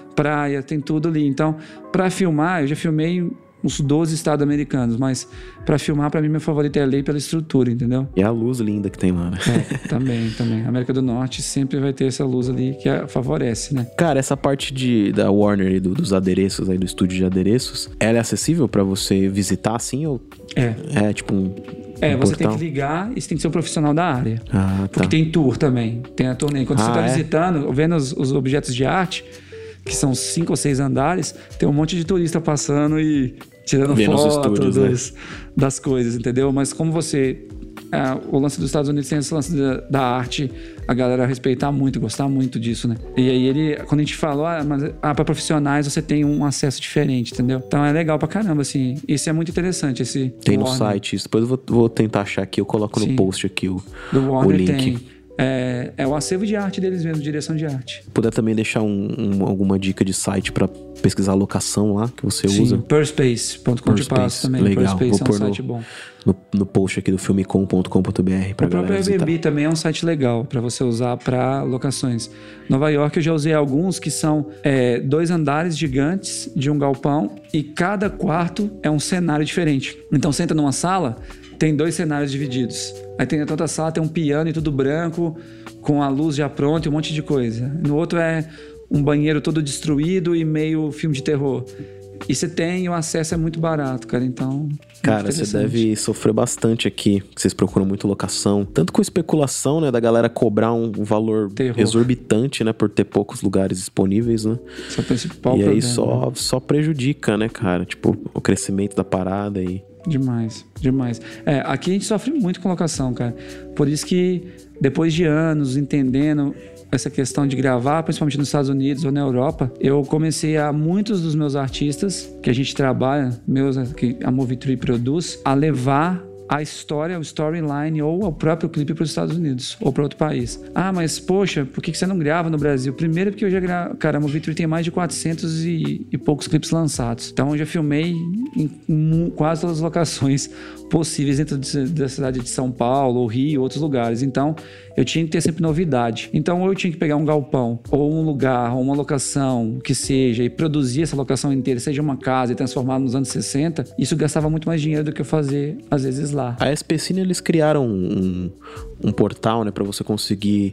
praia, tem tudo ali. Então, para filmar, eu já filmei uns doze estados americanos, mas para filmar, para mim, meu favorito é ali pela estrutura, entendeu? E a luz linda que tem lá, né? É, também, também. A América do Norte sempre vai ter essa luz ali que a favorece, né? Cara, essa parte de, da Warner e do, dos adereços aí, do estúdio de adereços, ela é acessível para você visitar, assim, ou... É. É, tipo um... É, um você portal? tem que ligar e você tem que ser um profissional da área. Ah, Porque tá. tem tour também, tem a turnê. Quando Ah, você tá é? visitando, vendo os, os objetos de arte, que são cinco ou seis andares, tem um monte de turista passando e tirando Vendo os foto estúdios, dos, das coisas, entendeu? Mas como você... É, o lance dos Estados Unidos tem esse lance da, da arte, a galera respeitar muito, gostar muito disso, né? E aí ele, quando a gente falou, ah, mas ah, para profissionais você tem um acesso diferente, entendeu? Então é legal pra caramba, assim. Isso é muito interessante, esse Tem no Warner. site isso. Depois eu vou, vou tentar achar aqui, eu coloco Sim. no post aqui o, Do o Warner link. tem. É, é o acervo de arte deles mesmo, direção de arte. Se puder também deixar um, um, alguma dica de site pra pesquisar a locação lá que você Sim, usa. Perspace ponto com de Perspace, passo também. legal. Perspace Vou é um pôr site no- bom. No, no post aqui do filmecom ponto com ponto b r pra O próprio galera visitar. Airbnb também é um site legal para você usar para locações. Nova York eu já usei alguns que são é, dois andares gigantes de um galpão e cada quarto é um cenário diferente. Então você entra numa sala, tem dois cenários divididos. Aí tem na outra sala, tem um piano e tudo branco, com a luz já pronta e um monte de coisa. No outro é um banheiro todo destruído e meio filme de terror. E você tem, o acesso é muito barato, cara, então... Cara, muito você interessante. deve sofrer bastante aqui, que vocês procuram muito locação. Tanto com especulação, né, da galera cobrar um valor Terror. exorbitante, né, por ter poucos lugares disponíveis, né? Esse é o principal e problema. aí só, só prejudica, né, cara? Tipo, o crescimento da parada e... Demais, demais. É, aqui a gente sofre muito com locação, cara. Por isso que depois de anos entendendo essa questão de gravar, principalmente nos Estados Unidos ou na Europa, eu comecei a muitos dos meus artistas que a gente trabalha, meus que a Movie Tree produz, a levar a história, o storyline ou o próprio clipe para os Estados Unidos ou para outro país. Ah, mas poxa, por que você não grava no Brasil? Primeiro porque eu já gravo... Cara, a Movie Tree tem mais de quatrocentos e, e poucos clipes lançados. Então eu já filmei em, em quase todas as locações possíveis dentro de, da cidade de São Paulo, ou Rio, outros lugares. Então eu tinha que ter sempre novidade. Então ou eu tinha que pegar um galpão, ou um lugar, ou uma locação, que seja, e produzir essa locação inteira, seja uma casa e transformar nos anos sessenta, isso gastava muito mais dinheiro do que eu fazer, às vezes, lá. A S P Cine, eles criaram um, um portal, né, pra você conseguir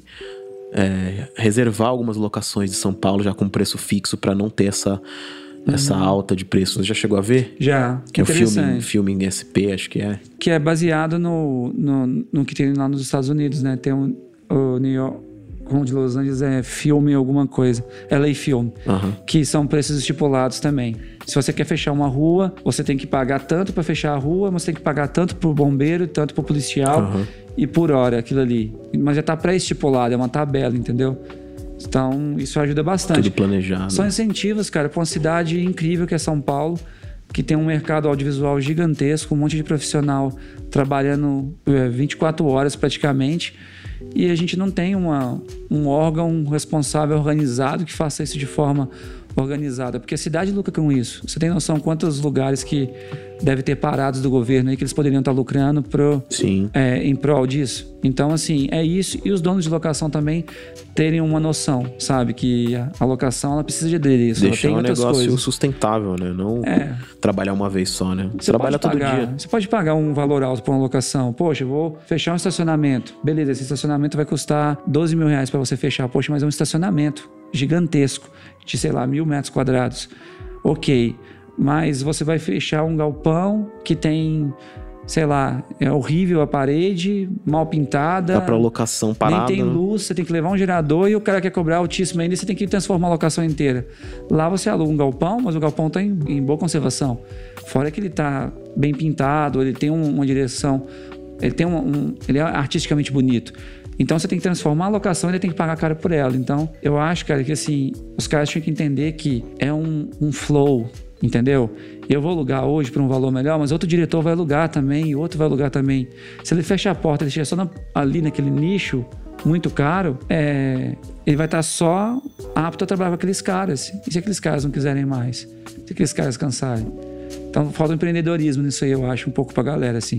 é, reservar algumas locações de São Paulo já com preço fixo pra não ter essa, essa alta de preço. Você já chegou a ver? Já, Que é o filme, interessante. filme em S P, acho que é. Que é baseado no, no, no que tem lá nos Estados Unidos, né? Tem um, o New York, como de Los Angeles é filme alguma coisa, L A Film, Aham. que são preços estipulados também. Se você quer fechar uma rua, você tem que pagar tanto para fechar a rua, mas você tem que pagar tanto pro bombeiro, tanto pro policial Aham. e por hora aquilo ali. Mas já tá pré-estipulado, é uma tabela, entendeu? Então isso ajuda bastante. Tudo planejado. São incentivos, cara, para uma cidade incrível que é São Paulo, que tem um mercado audiovisual gigantesco, um monte de profissional trabalhando é, vinte e quatro horas praticamente, e a gente não tem uma, um órgão responsável organizado que faça isso de forma organizada, porque a cidade lucra com isso. Você tem noção quantos lugares que deve ter parados do governo aí que eles poderiam estar lucrando pro, Sim. é, em prol disso? Então, assim, é isso. E os donos de locação também terem uma noção, sabe? Que a, a locação, ela precisa de adereço, ela Deixar tem um outras negócio coisas. sustentável, né? Não É. trabalhar uma vez só, né? Você Trabalha pode todo pagar, dia. Você pode pagar um valor alto por uma locação. Poxa, eu vou fechar um estacionamento. Beleza, esse estacionamento vai custar doze mil reais para você fechar. Poxa, mas é um estacionamento gigantesco, de, sei lá, mil metros quadrados. Ok, mas você vai fechar um galpão que tem, sei lá, é horrível a parede, mal pintada. Dá pra locação parada. Nem tem né? luz, você tem que levar um gerador e o cara quer cobrar altíssimo ainda e você tem que transformar a locação inteira. Lá você aluga um galpão, mas o galpão está em, em boa conservação. Fora que ele está bem pintado, ele tem um, uma direção, ele, tem um, um, ele é artisticamente bonito. Então você tem que transformar a locação e ele tem que pagar caro por ela. Então eu acho, cara, que assim, os caras tinham que entender que é um, um flow, entendeu? Eu vou alugar hoje por um valor melhor, mas outro diretor vai alugar também, e outro vai alugar também. Se ele fecha a porta, ele chega só na, ali naquele nicho muito caro, é, ele vai estar só apto a trabalhar com aqueles caras. E se aqueles caras não quiserem mais? Se aqueles caras cansarem? Então falta um empreendedorismo nisso aí, eu acho, um pouco pra galera, assim.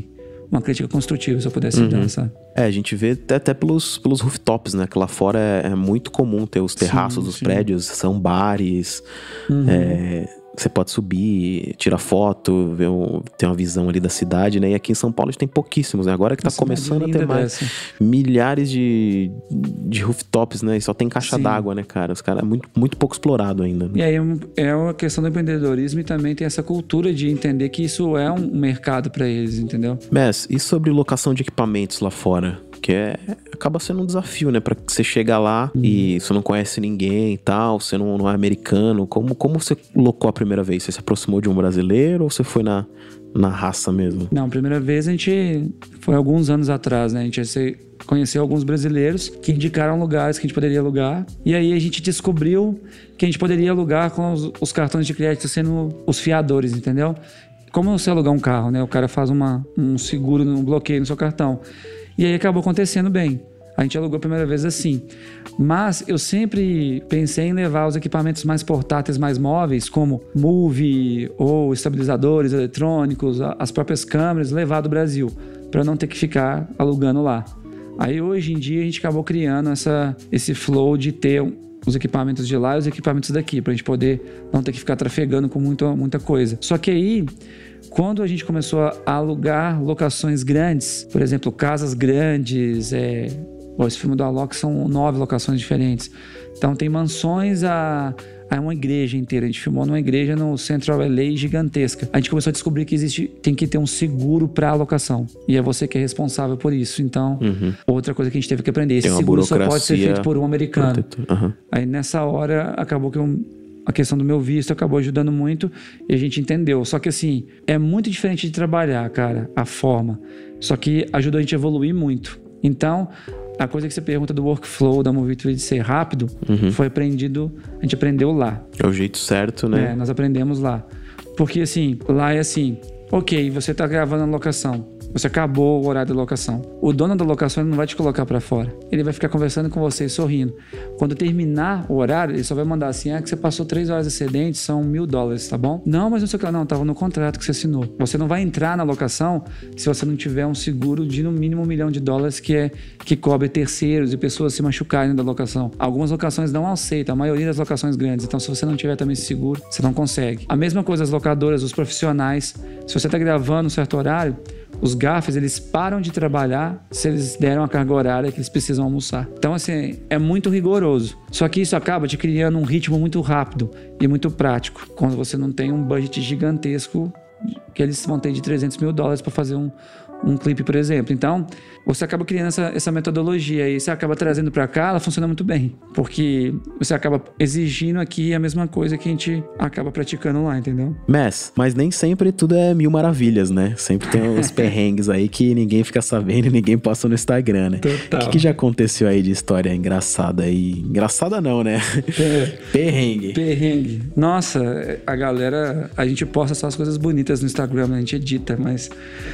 uma crítica construtiva, se eu pudesse Uhum. dar, sabe? É, a gente vê até, até pelos, pelos rooftops, né? Que lá fora é, é muito comum ter os terraços Sim, dos sim. prédios, são bares, Uhum. é, você pode subir, tirar foto, ver um, ter uma visão ali da cidade, né? E aqui em São Paulo a gente tem pouquíssimos, né? Agora que tá Uma cidade começando a ter linda mais dessa. milhares de, de rooftops, né? E só tem caixa Sim. d'água, né, cara? Os caras é muito, muito pouco explorado ainda, né? E aí é uma questão do empreendedorismo e também tem essa cultura de entender que isso é um mercado pra eles, entendeu? Mess, e sobre locação de equipamentos lá fora? Que é, acaba sendo um desafio, né? Pra você chegar lá Uhum. e você não conhece ninguém e tal, você não, não é americano. Como, como você locou a primeira vez? Você se aproximou de um brasileiro ou você foi na, na raça mesmo? Não, a primeira vez a gente foi alguns anos atrás, né? A gente se- conheceu alguns brasileiros que indicaram lugares que a gente poderia alugar. E aí a gente descobriu que a gente poderia alugar com os, os cartões de crédito sendo os fiadores, entendeu? Como você alugar um carro, né? O cara faz uma, um seguro, um bloqueio no seu cartão. E aí acabou acontecendo bem. A gente alugou a primeira vez assim. Mas eu sempre pensei em levar os equipamentos mais portáteis, mais móveis, como Move ou estabilizadores eletrônicos, a- as próprias câmeras, levar do Brasil, para não ter que ficar alugando lá. Aí hoje em dia a gente acabou criando essa, esse flow de ter um- os equipamentos de lá e os equipamentos daqui, pra gente poder não ter que ficar trafegando com muita, muita coisa. Só que aí, quando a gente começou a alugar locações grandes, por exemplo, casas grandes, é, ó, esse filme do Alok são nove locações diferentes. Então tem mansões a, a uma igreja inteira. A gente filmou numa igreja no Central L A gigantesca. A gente começou a descobrir que existe, tem que ter um seguro para alocação. E é você que é responsável por isso. Então, Uhum. outra coisa que a gente teve que aprender. Esse Tem uma seguro só pode ser burocracia feito por um americano. protetor. Aham. Aí nessa hora acabou que eu, a questão do meu visto acabou ajudando muito e a gente entendeu. Só que assim, é muito diferente de trabalhar, cara, a forma. Só que ajudou a gente a evoluir muito. Então, a coisa que você pergunta do workflow da Movitry de ser rápido, Uhum. foi aprendido, a gente aprendeu lá. É o jeito certo, né? É, nós aprendemos lá. Porque assim, lá é assim, ok, você tá gravando a locação. Você acabou o horário da locação. O dono da locação ele não vai te colocar pra fora. Ele vai ficar conversando com você e sorrindo. Quando terminar o horário, ele só vai mandar assim: ah, que você passou três horas excedentes, são mil dólares, tá bom? Não, mas não sei o que. Não, tava no contrato que você assinou. Você não vai entrar na locação se você não tiver um seguro de no mínimo um milhão de dólares que, é, que cobre terceiros e pessoas se machucarem da locação. Algumas locações não aceitam, a maioria das locações grandes. Então, se você não tiver também esse seguro, você não consegue. A mesma coisa as locadoras, os profissionais. Se você tá gravando um certo horário, os gaffers, eles param de trabalhar se eles deram a carga horária que eles precisam almoçar. Então, assim, é muito rigoroso. Só que isso acaba te criando um ritmo muito rápido e muito prático, quando você não tem um budget gigantesco que eles vão ter de trezentos mil dólares para fazer um, um clipe, por exemplo. Então, você acaba criando essa, essa metodologia e você acaba trazendo para cá, ela funciona muito bem, porque você acaba exigindo aqui a mesma coisa que a gente acaba praticando lá, entendeu? Mess, mas nem sempre tudo é mil maravilhas, né? Sempre tem uns perrengues aí que ninguém fica sabendo e ninguém posta no Instagram, né? Total. O que, que já aconteceu aí de história engraçada aí? Engraçada não, né? Perrengue. Perrengue. Nossa, a galera, a gente posta só as coisas bonitas no Instagram, né? A gente edita, mas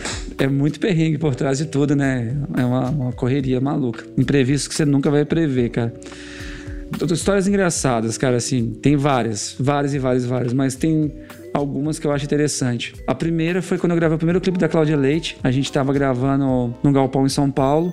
é muito perrengue por trás de tudo, né? É uma, uma correria maluca. Imprevisto que você nunca vai prever, cara. Histórias engraçadas, cara, assim, tem várias, várias e várias, várias, mas tem algumas que eu acho interessante. A primeira foi quando eu gravei o primeiro clipe da Cláudia Leite. A gente tava gravando num galpão em São Paulo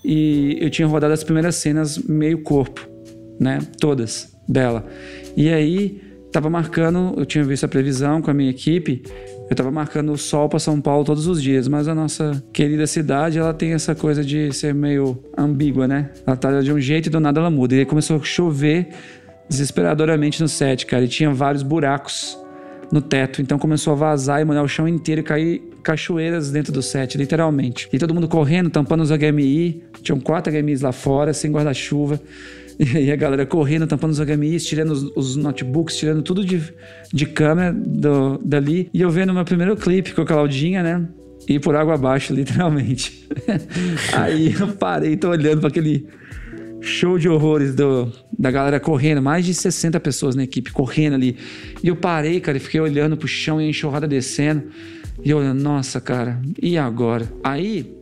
e eu tinha rodado as primeiras cenas meio corpo, né? Todas dela. E aí, tava marcando, eu tinha visto a previsão com a minha equipe, eu tava marcando o sol para São Paulo todos os dias, mas a nossa querida cidade, ela tem essa coisa de ser meio ambígua, né? Ela tá de um jeito e do nada ela muda. E aí começou a chover desesperadoramente no set, cara, e tinha vários buracos no teto, então começou a vazar e molhar o chão inteiro e cair cachoeiras dentro do set, literalmente. E todo mundo correndo, tampando os H M I, tinham quatro H M Is lá fora, sem guarda-chuva. E aí a galera correndo, tampando os H M Is, tirando os, os notebooks, tirando tudo de, de câmera do, dali. E eu vendo meu primeiro clipe com a Claudinha, né? E por água abaixo, literalmente. Aí eu parei, tô olhando para aquele show de horrores do, da galera correndo. Mais de sessenta pessoas na equipe correndo ali. E eu parei, cara, e fiquei olhando pro chão e a enxurrada descendo. E eu olhando, nossa, cara, e agora? Aí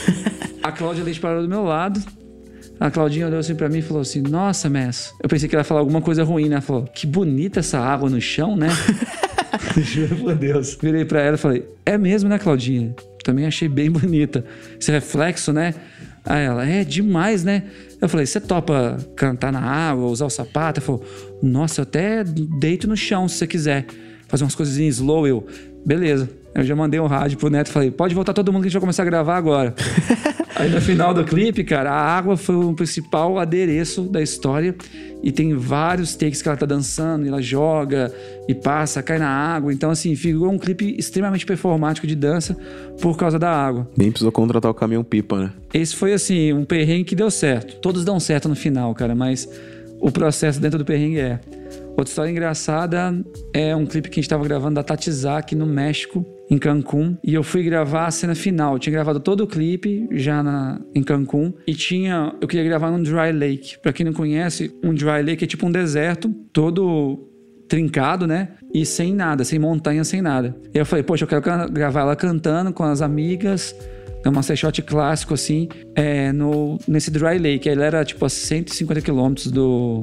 a Cláudia Leite parou do meu lado. A Claudinha olhou assim pra mim e falou assim: nossa, Mess. Eu pensei que ela ia falar alguma coisa ruim, né? Ela falou: que bonita essa água no chão, né? Juro por Deus. Virei pra ela e falei: é mesmo, né, Claudinha? também achei bem bonita. Esse reflexo, né? Aí ela, é demais, né? Eu falei, você topa cantar na água, usar o sapato? Ela falou, nossa, eu até deito no chão se você quiser. Fazer umas coisas em slow, eu, beleza. Eu já mandei um rádio pro Neto e falei, pode voltar todo mundo que a gente vai começar a gravar agora. Aí no final do clipe, cara, a água foi o principal adereço da história. E tem vários takes que ela tá dançando, e ela joga e passa, cai na água. Então, assim, ficou um clipe extremamente performático de dança por causa da água. Nem precisou contratar o caminhão-pipa, né? Esse foi, assim, um perrengue que deu certo. Todos dão certo no final, cara, mas o processo dentro do perrengue é... Outra história engraçada é um clipe que a gente tava gravando da Tatizak no México, em Cancún. E eu fui gravar a cena final. Eu tinha gravado todo o clipe já na, em Cancún. E tinha... Eu queria gravar num dry lake. Pra quem não conhece, um dry lake é tipo um deserto, todo trincado, né? E sem nada, sem montanha, sem nada. E eu falei, poxa, eu quero gravar ela cantando com as amigas... É um master shot clássico, assim, é, no, nesse dry lake. Ele era, tipo, a cento e cinquenta quilômetros do...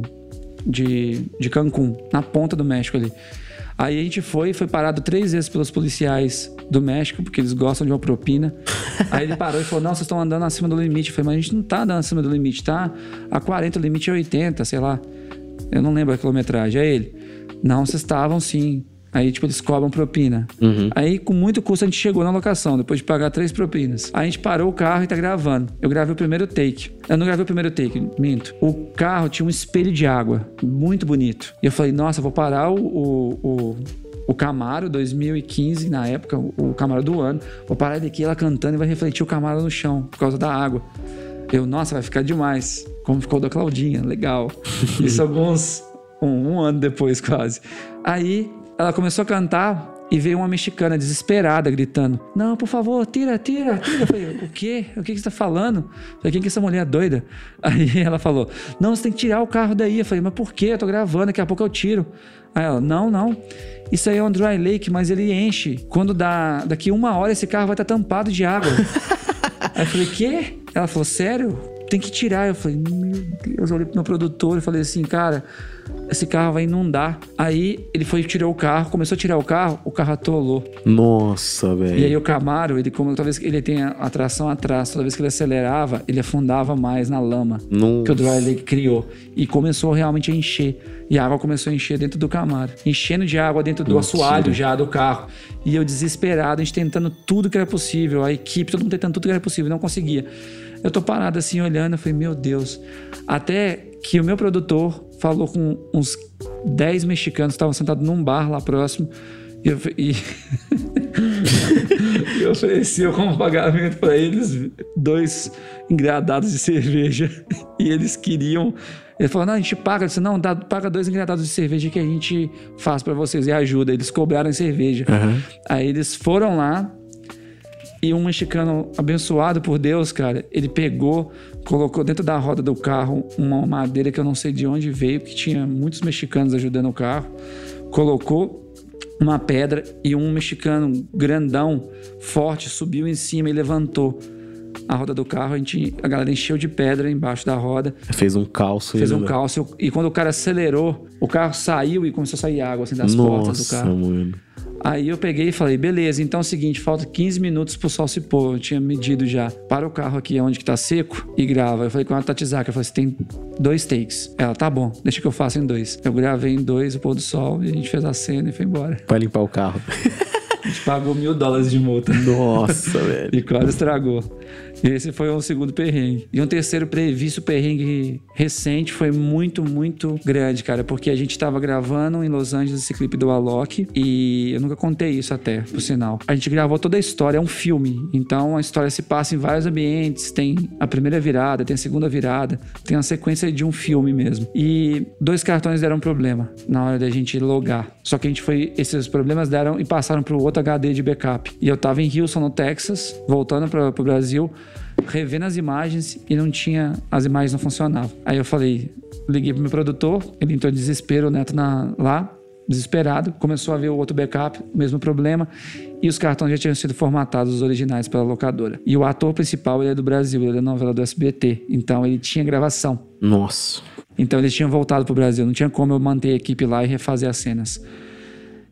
De, de Cancún, na ponta do México ali. Aí a gente foi, foi parado três vezes pelos policiais do México, porque eles gostam de uma propina. Aí ele parou e falou, não, vocês estão andando acima do limite. Eu falei, mas a gente não tá andando acima do limite, tá? A quarenta, o limite é oitenta, sei lá. Eu não lembro a quilometragem. Aí ele, não, vocês estavam sim. Aí, tipo, eles cobram propina. Uhum. Aí, com muito custo, a gente chegou na locação, depois de pagar três propinas. Aí a gente parou o carro e tá gravando. Eu gravei o primeiro take. Eu não gravei o primeiro take, minto. O carro tinha um espelho de água, muito bonito. E eu falei, nossa, vou parar o... o, o... O Camaro, dois mil e quinze, na época, o Camaro do ano. Vou parar ele aqui, ela cantando, e vai refletir o Camaro no chão, por causa da água. Eu, nossa, vai ficar demais. Como ficou da Claudinha, legal. Isso alguns... Um, um ano depois, quase. Aí, ela começou a cantar e veio uma mexicana desesperada, gritando, não, por favor, tira, tira, tira. Eu falei, o quê? O que você tá falando? Eu falei, quem que é essa mulher doida? Aí ela falou, não, você tem que tirar o carro daí. Eu falei, mas por quê? Eu tô gravando, daqui a pouco eu tiro. Aí ela, não, não. Isso aí é um dry lake, mas ele enche. Quando dá, daqui uma hora esse carro vai estar tampado de água. Aí eu falei, quê? Ela falou, sério? Tem que tirar. Eu falei, meu Deus. Eu olhei pro meu produtor e falei assim, cara, esse carro vai inundar. Aí ele foi e tirou o carro, começou a tirar o carro, o carro atolou. Nossa, velho. E aí o Camaro, ele, como talvez ele tenha a tração atrás, toda vez que ele acelerava, ele afundava mais na lama. Nossa. Que o dry lake criou. E começou realmente a encher. E a água começou a encher dentro do Camaro. Enchendo de água dentro do Mentira. assoalho já do carro. E eu desesperado, a gente tentando tudo que era possível. A equipe, todo mundo tentando tudo que era possível. Não conseguia. Eu tô parado assim, olhando. Eu falei, meu Deus. Até que o meu produtor falou com uns dez mexicanos que estavam sentados num bar lá próximo. E eu, e... eu ofereci como pagamento para eles dois engradados de cerveja. E eles queriam... Ele falou, não, a gente paga. Eu disse, não, dá, paga dois engradados de cerveja que a gente faz pra vocês e ajuda. Eles cobraram em cerveja. Uhum. Aí eles foram lá e um mexicano abençoado por Deus, cara, ele pegou, colocou dentro da roda do carro uma madeira que eu não sei de onde veio, porque tinha muitos mexicanos ajudando o carro. Colocou uma pedra e um mexicano grandão, forte, subiu em cima e levantou a roda do carro. A, gente, a galera encheu de pedra embaixo da roda. Fez um calço. Fez um né? calço. E quando o cara acelerou, o carro saiu e começou a sair água assim, das Nossa, portas do carro. Mano. Aí eu peguei e falei, beleza, então é o seguinte, falta quinze minutos pro sol se pôr. Eu tinha medido já. Para o carro aqui onde que tá seco e grava. Eu falei com a Tatizak, eu falei, você tem dois takes. Ela, tá bom, deixa que eu faça em dois. Eu gravei em dois o pôr do sol e a gente fez a cena e foi embora. Pra limpar o carro. A gente pagou mil dólares de multa. Nossa, velho. E quase estragou. Esse foi um segundo perrengue. E um terceiro previsto perrengue recente foi muito, muito grande, cara. Porque a gente tava gravando em Los Angeles esse clipe do Alok. E eu nunca contei isso até, por sinal. A gente gravou toda a história, é um filme. Então a história se passa em vários ambientes. Tem a primeira virada, tem a segunda virada. Tem uma sequência de um filme mesmo. E dois cartões deram problema na hora da gente logar. Só que a gente foi... Esses problemas deram e passaram pro outro H D de backup. E eu tava em Houston, no Texas, voltando pra, pro Brasil, revendo as imagens e não tinha... As imagens não funcionavam. Aí eu falei... Liguei pro meu produtor, ele entrou em desespero, o Neto na, lá, desesperado. Começou a ver o outro backup, o mesmo problema. E os cartões já tinham sido formatados, os originais, pela locadora. E o ator principal, ele é do Brasil, ele é da novela do S B T. Então ele tinha gravação. Nossa. Então eles tinham voltado pro Brasil. Não tinha como eu manter a equipe lá e refazer as cenas.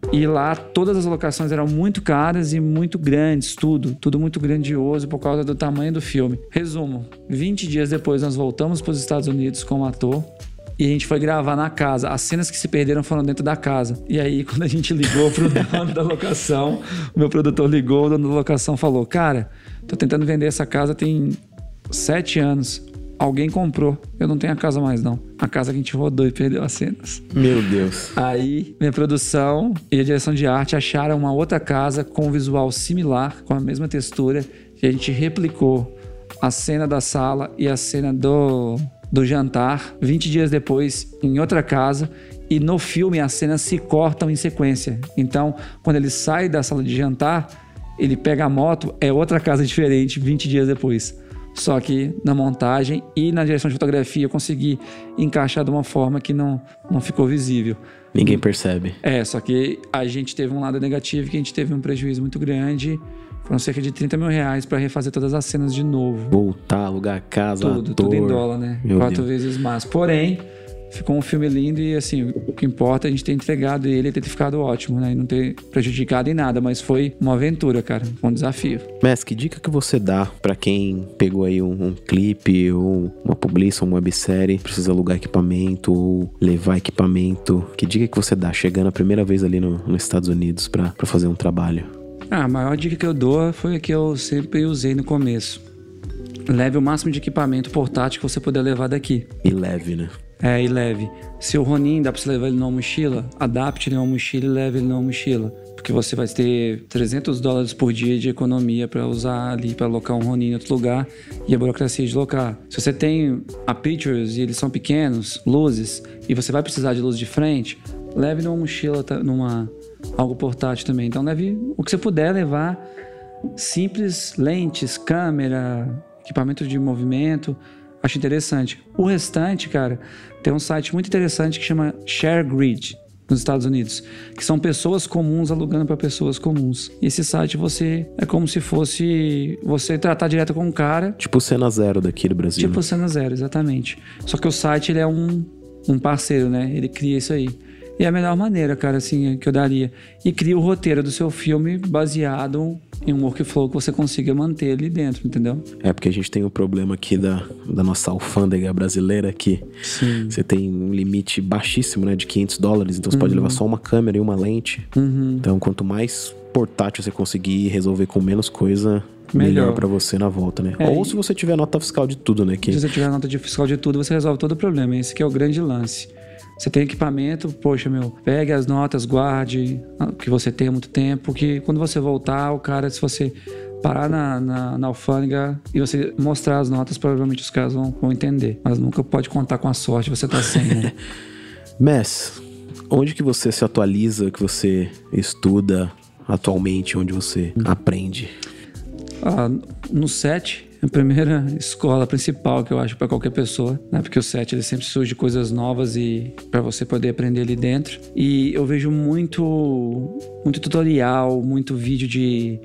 E lá todas as locações eram muito caras e muito grandes, tudo. Tudo muito grandioso por causa do tamanho do filme. Resumo, vinte dias depois nós voltamos para os Estados Unidos com o ator. E a gente foi gravar na casa. As cenas que se perderam foram dentro da casa. E aí, quando a gente ligou pro dono da locação, o meu produtor ligou, o dono da locação falou: cara, tô tentando vender essa casa tem sete anos. Alguém comprou. Eu não tenho a casa mais, não. A casa que a gente rodou e perdeu as cenas. Meu Deus. Aí, minha produção e a direção de arte acharam uma outra casa com um visual similar, com a mesma textura. E a gente replicou a cena da sala e a cena do... do jantar, vinte dias depois, em outra casa, e no filme as cenas se cortam em sequência. Então, quando ele sai da sala de jantar, ele pega a moto, é outra casa diferente, vinte dias depois. Só que na montagem e na direção de fotografia eu consegui encaixar de uma forma que não, não ficou visível. Ninguém percebe. É, só que a gente teve um lado negativo, que a gente teve um prejuízo muito grande. Foram cerca de trinta mil reais pra refazer todas as cenas de novo. Voltar, alugar casa, Tudo, ator. tudo em dólar, né? Meu Quatro Deus. vezes mais. Porém, ficou um filme lindo e, assim, o que importa é a gente ter entregado ele e ter ficado ótimo, né? E não ter prejudicado em nada, mas foi uma aventura, cara. Foi um desafio. Mess, que dica que você dá pra quem pegou aí um, um clipe ou uma publicidade, uma websérie, precisa alugar equipamento ou levar equipamento? Que dica que você dá chegando a primeira vez ali no, nos Estados Unidos pra, pra fazer um trabalho? Ah, a maior dica que eu dou foi a que eu sempre usei no começo. Leve o máximo de equipamento portátil que você puder levar daqui. E leve, né? É, e leve. Se o Ronin dá pra você levar ele numa mochila, adapte ele numa mochila e leve ele numa mochila. Porque você vai ter trezentos dólares por dia de economia pra usar ali, pra alocar um Ronin em outro lugar e a burocracia de locar. Se você tem apertures e eles são pequenos, luzes, e você vai precisar de luz de frente, leve numa mochila, numa... algo portátil também. Então leve o que você puder levar. Simples, lentes, câmera, equipamento de movimento. Acho interessante. O restante, cara, tem um site muito interessante que chama ShareGrid nos Estados Unidos, que são pessoas comuns alugando para pessoas comuns. E esse site você é como se fosse você tratar direto com um cara. Tipo Cena Zero daqui do Brasil. Tipo Cena Zero, exatamente. Só que o site ele é um, um parceiro, né? Ele cria isso aí. E é a melhor maneira, cara, assim, que eu daria. E cria o roteiro do seu filme baseado em um workflow que você consiga manter ali dentro, entendeu? É, porque a gente tem um problema aqui da, da nossa alfândega brasileira que Sim. Você tem um limite baixíssimo, né, de quinhentos dólares. Então você Uhum. pode levar só uma câmera e uma lente. Uhum. Então quanto mais portátil você conseguir resolver com menos coisa... Melhor, melhor pra você na volta, né? É, Ou se você tiver nota fiscal de tudo, né? Que... Se você tiver nota de fiscal de tudo, você resolve todo o problema. Esse que é o grande lance. Você tem equipamento, poxa, meu, pegue as notas, guarde o que você tem há muito tempo, que quando você voltar, o cara, se você parar na, na, na alfândega e você mostrar as notas, provavelmente os caras vão, vão entender. Mas nunca pode contar com a sorte, você tá sem, né? Mess, onde que você se atualiza, que você estuda atualmente, onde você aprende? Ah, no set, a primeira escola principal que eu acho para qualquer pessoa, né? Porque o set ele sempre surge coisas novas e para você poder aprender ali dentro. E eu vejo muito, muito tutorial, muito vídeo de,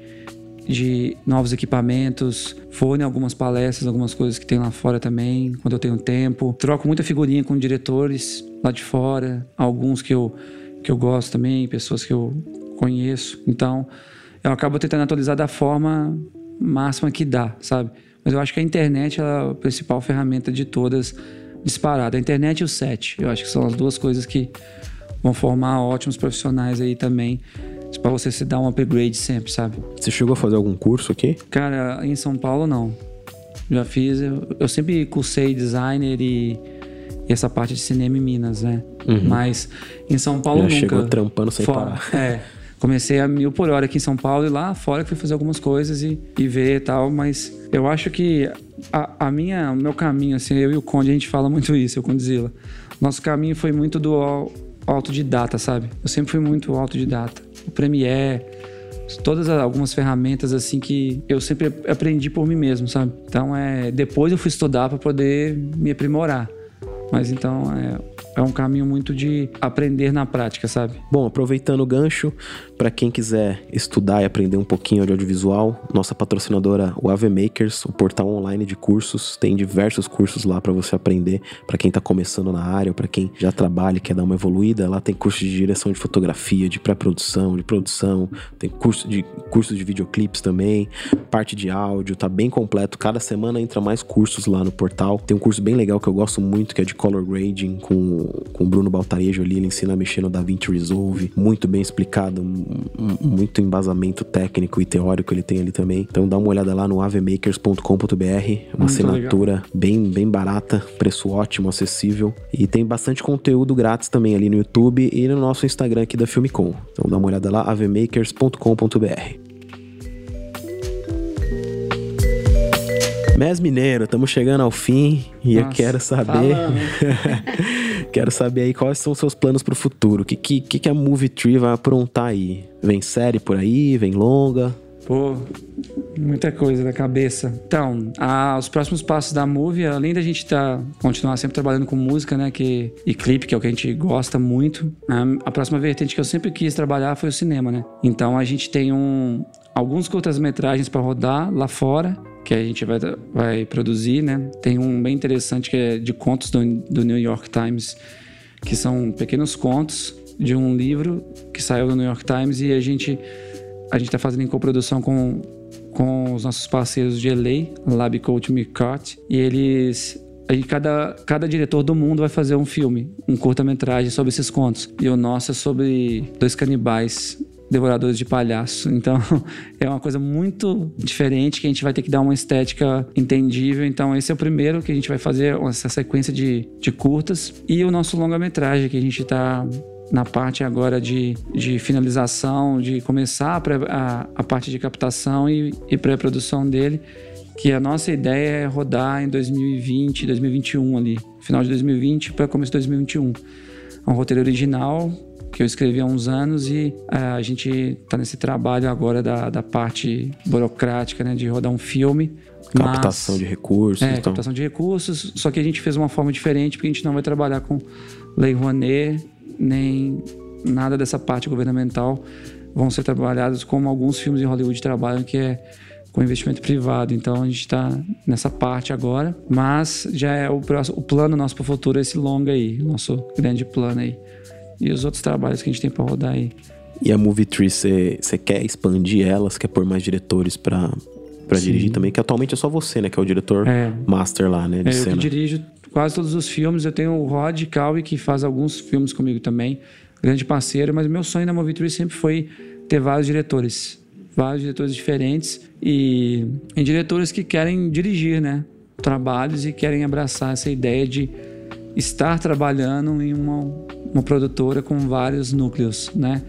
de novos equipamentos. Vou em algumas palestras, algumas coisas que tem lá fora também, quando eu tenho tempo. Troco muita figurinha com diretores lá de fora, alguns que eu, que eu gosto também, pessoas que eu conheço. Então, eu acabo tentando atualizar da forma máxima que dá, sabe? Mas eu acho que a internet ela é a principal ferramenta de todas, disparada. A internet e o set, eu acho que são as duas coisas que vão formar ótimos profissionais aí também, pra você se dar um upgrade sempre, sabe? Você chegou a fazer algum curso aqui? Cara, em São Paulo não. Já fiz, eu, eu sempre cursei designer e, e essa parte de cinema em Minas, né? Uhum. Mas em São Paulo Já nunca. chegou trampando sem fora, parar. É. Comecei a mil por hora aqui em São Paulo e lá fora fui fazer algumas coisas e, e ver e tal, mas eu acho que a, a minha, o meu caminho, assim, eu e o Conde, a gente fala muito isso, eu com o Condzilla. Nosso caminho foi muito do autodidata, sabe? Eu sempre fui muito autodidata. O Premiere, todas as, algumas ferramentas, assim, que eu sempre aprendi por mim mesmo, sabe? Então, é, depois eu fui estudar para poder me aprimorar. Mas então, é, é um caminho muito de aprender na prática, sabe? Bom, aproveitando o gancho, para quem quiser estudar e aprender um pouquinho de audiovisual, nossa patrocinadora, o A V Makers, o portal online de cursos, tem diversos cursos lá para você aprender, para quem tá começando na área ou para quem já trabalha e quer dar uma evoluída. Lá tem curso de direção de fotografia, de pré-produção, de produção, tem curso de, curso de videoclipes também, parte de áudio, tá bem completo. Cada semana entra mais cursos lá no portal. Tem um curso bem legal que eu gosto muito, que é de Color Grading, com, com o Bruno Baltarejo ali. Ele ensina a mexer no DaVinci Resolve, muito bem explicado, muito embasamento técnico e teórico ele tem ali também. Então dá uma olhada lá no avemakers ponto com ponto b r, uma muito assinatura bem, bem barata, preço ótimo, acessível, e tem bastante conteúdo grátis também ali no YouTube e no nosso Instagram aqui da Filmicom. Então dá uma olhada lá, avemakers ponto com ponto b r. Mes Mineiro, estamos chegando ao fim e Nossa, eu quero saber quero saber aí quais são os seus planos pro futuro. O que, que, que a Movie Tree vai aprontar aí? Vem série por aí? Vem longa? Pô, muita coisa na cabeça. Então, a, os próximos passos da Movie, além da gente tá, continuar sempre trabalhando com música, né, que, e clipe, que é o que a gente gosta muito, a, a próxima vertente que eu sempre quis trabalhar foi o cinema, né? Então a gente tem um, alguns curtas-metragens para rodar lá fora, que a gente vai, vai produzir, né? Tem um bem interessante que é de contos do, do New York Times, que são pequenos contos de um livro que saiu do New York Times, e a gente a gente tá fazendo em coprodução com, com os nossos parceiros de L A, Lab Coach Mircott, e eles... A gente, cada, cada diretor do mundo vai fazer um filme, um curta-metragem sobre esses contos. E o nosso é sobre dois canibais devoradores de palhaço. Então é uma coisa muito diferente, que a gente vai ter que dar uma estética entendível. Então esse é o primeiro que a gente vai fazer, essa sequência de, de curtas. E o nosso longa-metragem, que a gente está na parte agora de, de finalização, de começar a, pré, a, a parte de captação e, e pré-produção dele, que a nossa ideia é rodar em dois mil e vinte, dois mil e vinte e um ali, final de dois mil e vinte para começo de dois mil e vinte e um. É um roteiro original que eu escrevi há uns anos, e uh, a gente tá nesse trabalho agora da, da parte burocrática, né, de rodar um filme. Captação mas, de recursos. É, então. captação de recursos, só que a gente fez uma forma diferente, porque a gente não vai trabalhar com Lei Rouanet, nem nada dessa parte governamental. Vão ser trabalhados como alguns filmes em Hollywood trabalham, que é com investimento privado. Então a gente está nessa parte agora, mas já é o, próximo, o plano nosso para o futuro, é esse longa aí, nosso grande plano aí. E os outros trabalhos que a gente tem pra rodar aí. E a Movie Tree, você quer expandir ela? Você quer pôr mais diretores pra, pra dirigir também? Que atualmente é só você, né? Que é o diretor é. master lá, né? De é, cena. Eu que dirijo quase todos os filmes. Eu tenho o Rod Calvi, que faz alguns filmes comigo também. Grande parceiro. Mas o meu sonho na Movie Tree sempre foi ter vários diretores. Vários diretores diferentes. E, e diretores que querem dirigir, né? Trabalhos, e querem abraçar essa ideia de estar trabalhando em uma, uma produtora com vários núcleos, né?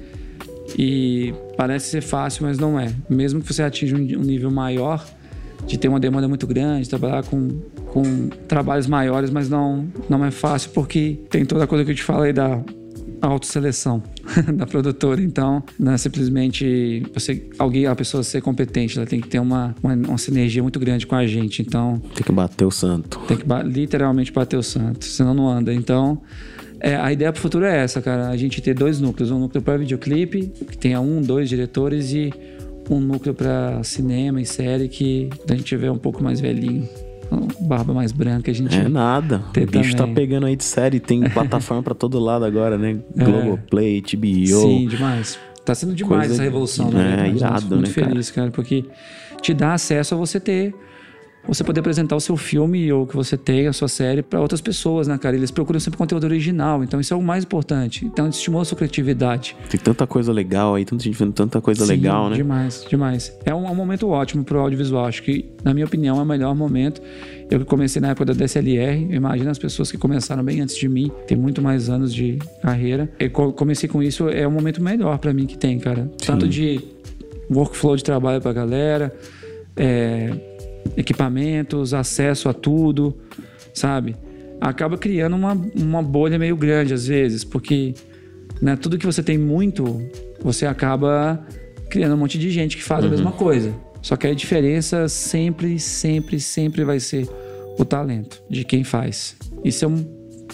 E parece ser fácil, mas não é. Mesmo que você atinja um, um nível maior, de ter uma demanda muito grande, trabalhar com, com trabalhos maiores, mas não, não é fácil, porque tem toda a coisa que eu te falei da autosseleção da produtora. Então, não é simplesmente você, alguém, a pessoa ser competente, ela tem que ter uma, uma, uma sinergia muito grande com a gente. Então, tem que bater o santo. Tem que ba- literalmente bater o santo, senão não anda. Então, é, a ideia pro futuro é essa, cara. A gente ter dois núcleos. Um núcleo para videoclipe, que tenha um, dois diretores, e um núcleo para cinema e série, que a gente tiver um pouco mais velhinho, barba mais branca, a gente... É nada. O bicho também tá pegando aí de série. Tem plataforma pra todo lado agora, né? É. Globoplay, H B O. Sim, demais. Tá sendo demais Coisa essa revolução, de... né? É, irado, muito né, feliz, cara? cara, porque te dá acesso a você ter... Você poder apresentar o seu filme ou que você tem, a sua série, para outras pessoas, né, cara? Eles procuram sempre conteúdo original, então isso é o mais importante. Então isso estimula a sua criatividade. Tem tanta coisa legal aí, tanta gente vendo tanta coisa Sim, legal, né? demais, demais. É um, um momento ótimo pro audiovisual. Acho que, na minha opinião, é o melhor momento. Eu que comecei na época da D S L R, imagina as pessoas que começaram bem antes de mim, tem muito mais anos de carreira. Eu comecei com isso, é o momento melhor para mim que tem, cara. Sim. Tanto de workflow de trabalho pra galera, é... equipamentos, acesso a tudo, sabe? Acaba criando uma, uma bolha meio grande às vezes, porque, né, tudo que você tem muito, você acaba criando um monte de gente que faz uhum. a mesma coisa. Só que a diferença sempre, sempre, sempre vai ser o talento de quem faz. Isso é um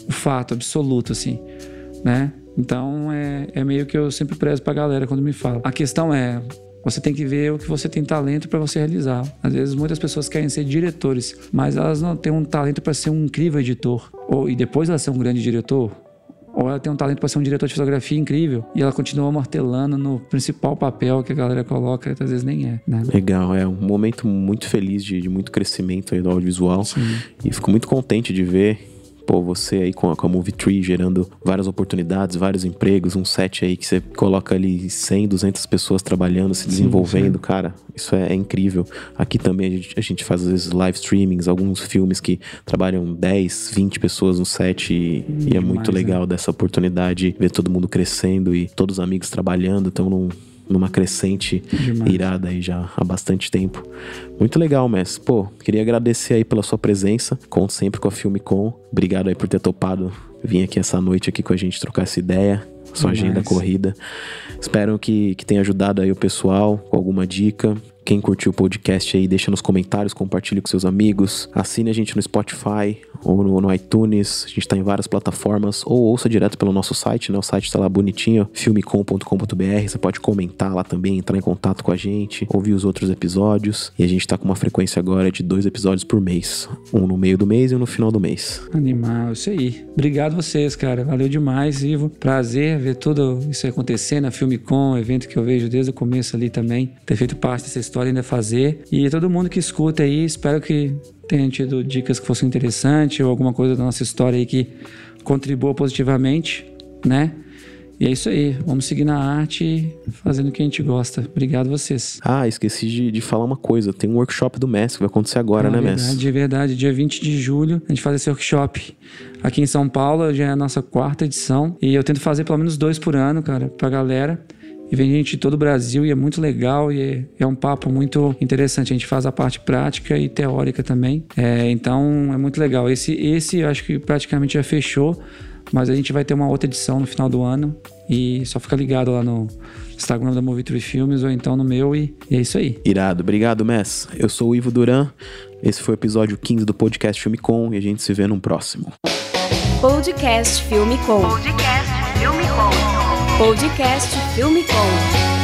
o fato absoluto, assim, né? Então, é, é meio que eu sempre prezo pra galera quando me fala. A questão é, você tem que ver o que você tem talento para você realizar. Às vezes, muitas pessoas querem ser diretores, mas elas não têm um talento para ser um incrível editor. Ou, e depois ela ser um grande diretor, ou ela tem um talento para ser um diretor de fotografia incrível e ela continua martelando no principal papel que a galera coloca, às vezes nem é, né? Legal, é um momento muito feliz de, de muito crescimento aí do audiovisual. Sim. E fico muito contente de ver, pô, você aí com a, com a Movie Tree gerando várias oportunidades, vários empregos, um set aí que você coloca ali cem, duzentas pessoas trabalhando, se desenvolvendo, sim, sim. Cara, isso é, é incrível. Aqui também a gente, a gente faz às vezes live streamings, alguns filmes que trabalham dez, vinte pessoas no set e, hum, e é muito demais, legal, né? Dessa oportunidade, ver todo mundo crescendo e todos os amigos trabalhando, então num numa crescente demais. Irada aí já há bastante tempo. Muito legal, Mess. Pô, queria agradecer aí pela sua presença. Conto sempre com a Filmicom. Obrigado aí por ter topado vir aqui essa noite aqui com a gente trocar essa ideia. Sua demais. Agenda corrida. Espero que, que tenha ajudado aí o pessoal com alguma dica. Quem curtiu o podcast aí, deixa nos comentários, compartilhe com seus amigos. Assine a gente no Spotify ou no, no iTunes. A gente tá em várias plataformas. Ou ouça direto pelo nosso site, né? O site tá lá bonitinho, filmicom ponto com ponto b r. Você pode comentar lá também, entrar em contato com a gente, ouvir os outros episódios. E a gente tá com uma frequência agora de dois episódios por mês. Um no meio do mês e um no final do mês. Animal, isso aí. Obrigado vocês, cara. Valeu demais, Ivo. Prazer ver tudo isso acontecer na Filmicom, evento que eu vejo desde o começo ali também. Ter feito parte dessa história ainda fazer. E todo mundo que escuta aí, espero que tenha tido dicas que fossem interessantes ou alguma coisa da nossa história aí que contribua positivamente, né? E é isso aí, vamos seguir na arte fazendo o que a gente gosta. Obrigado vocês. Ah, esqueci de, de falar uma coisa, tem um workshop do Mess que vai acontecer agora, ah, né, Mess? Verdade, é verdade, dia vinte de julho a gente faz esse workshop aqui em São Paulo, já é a nossa quarta edição e eu tento fazer pelo menos dois por ano, cara, pra galera. E vem gente de todo o Brasil e é muito legal e é, é um papo muito interessante. A gente faz a parte prática e teórica também. É, então é muito legal. Esse, esse eu acho que praticamente já fechou, mas a gente vai ter uma outra edição no final do ano. E só fica ligado lá no Instagram da Movie Tree Filmes ou então no meu e, e é isso aí. Irado. Obrigado, Mess. Eu sou o Ivo Duran. Esse foi o episódio quinze do podcast Filmicom e a gente se vê num próximo. Podcast Filmicom. Podcast Filmicom. Podcast Filmicom.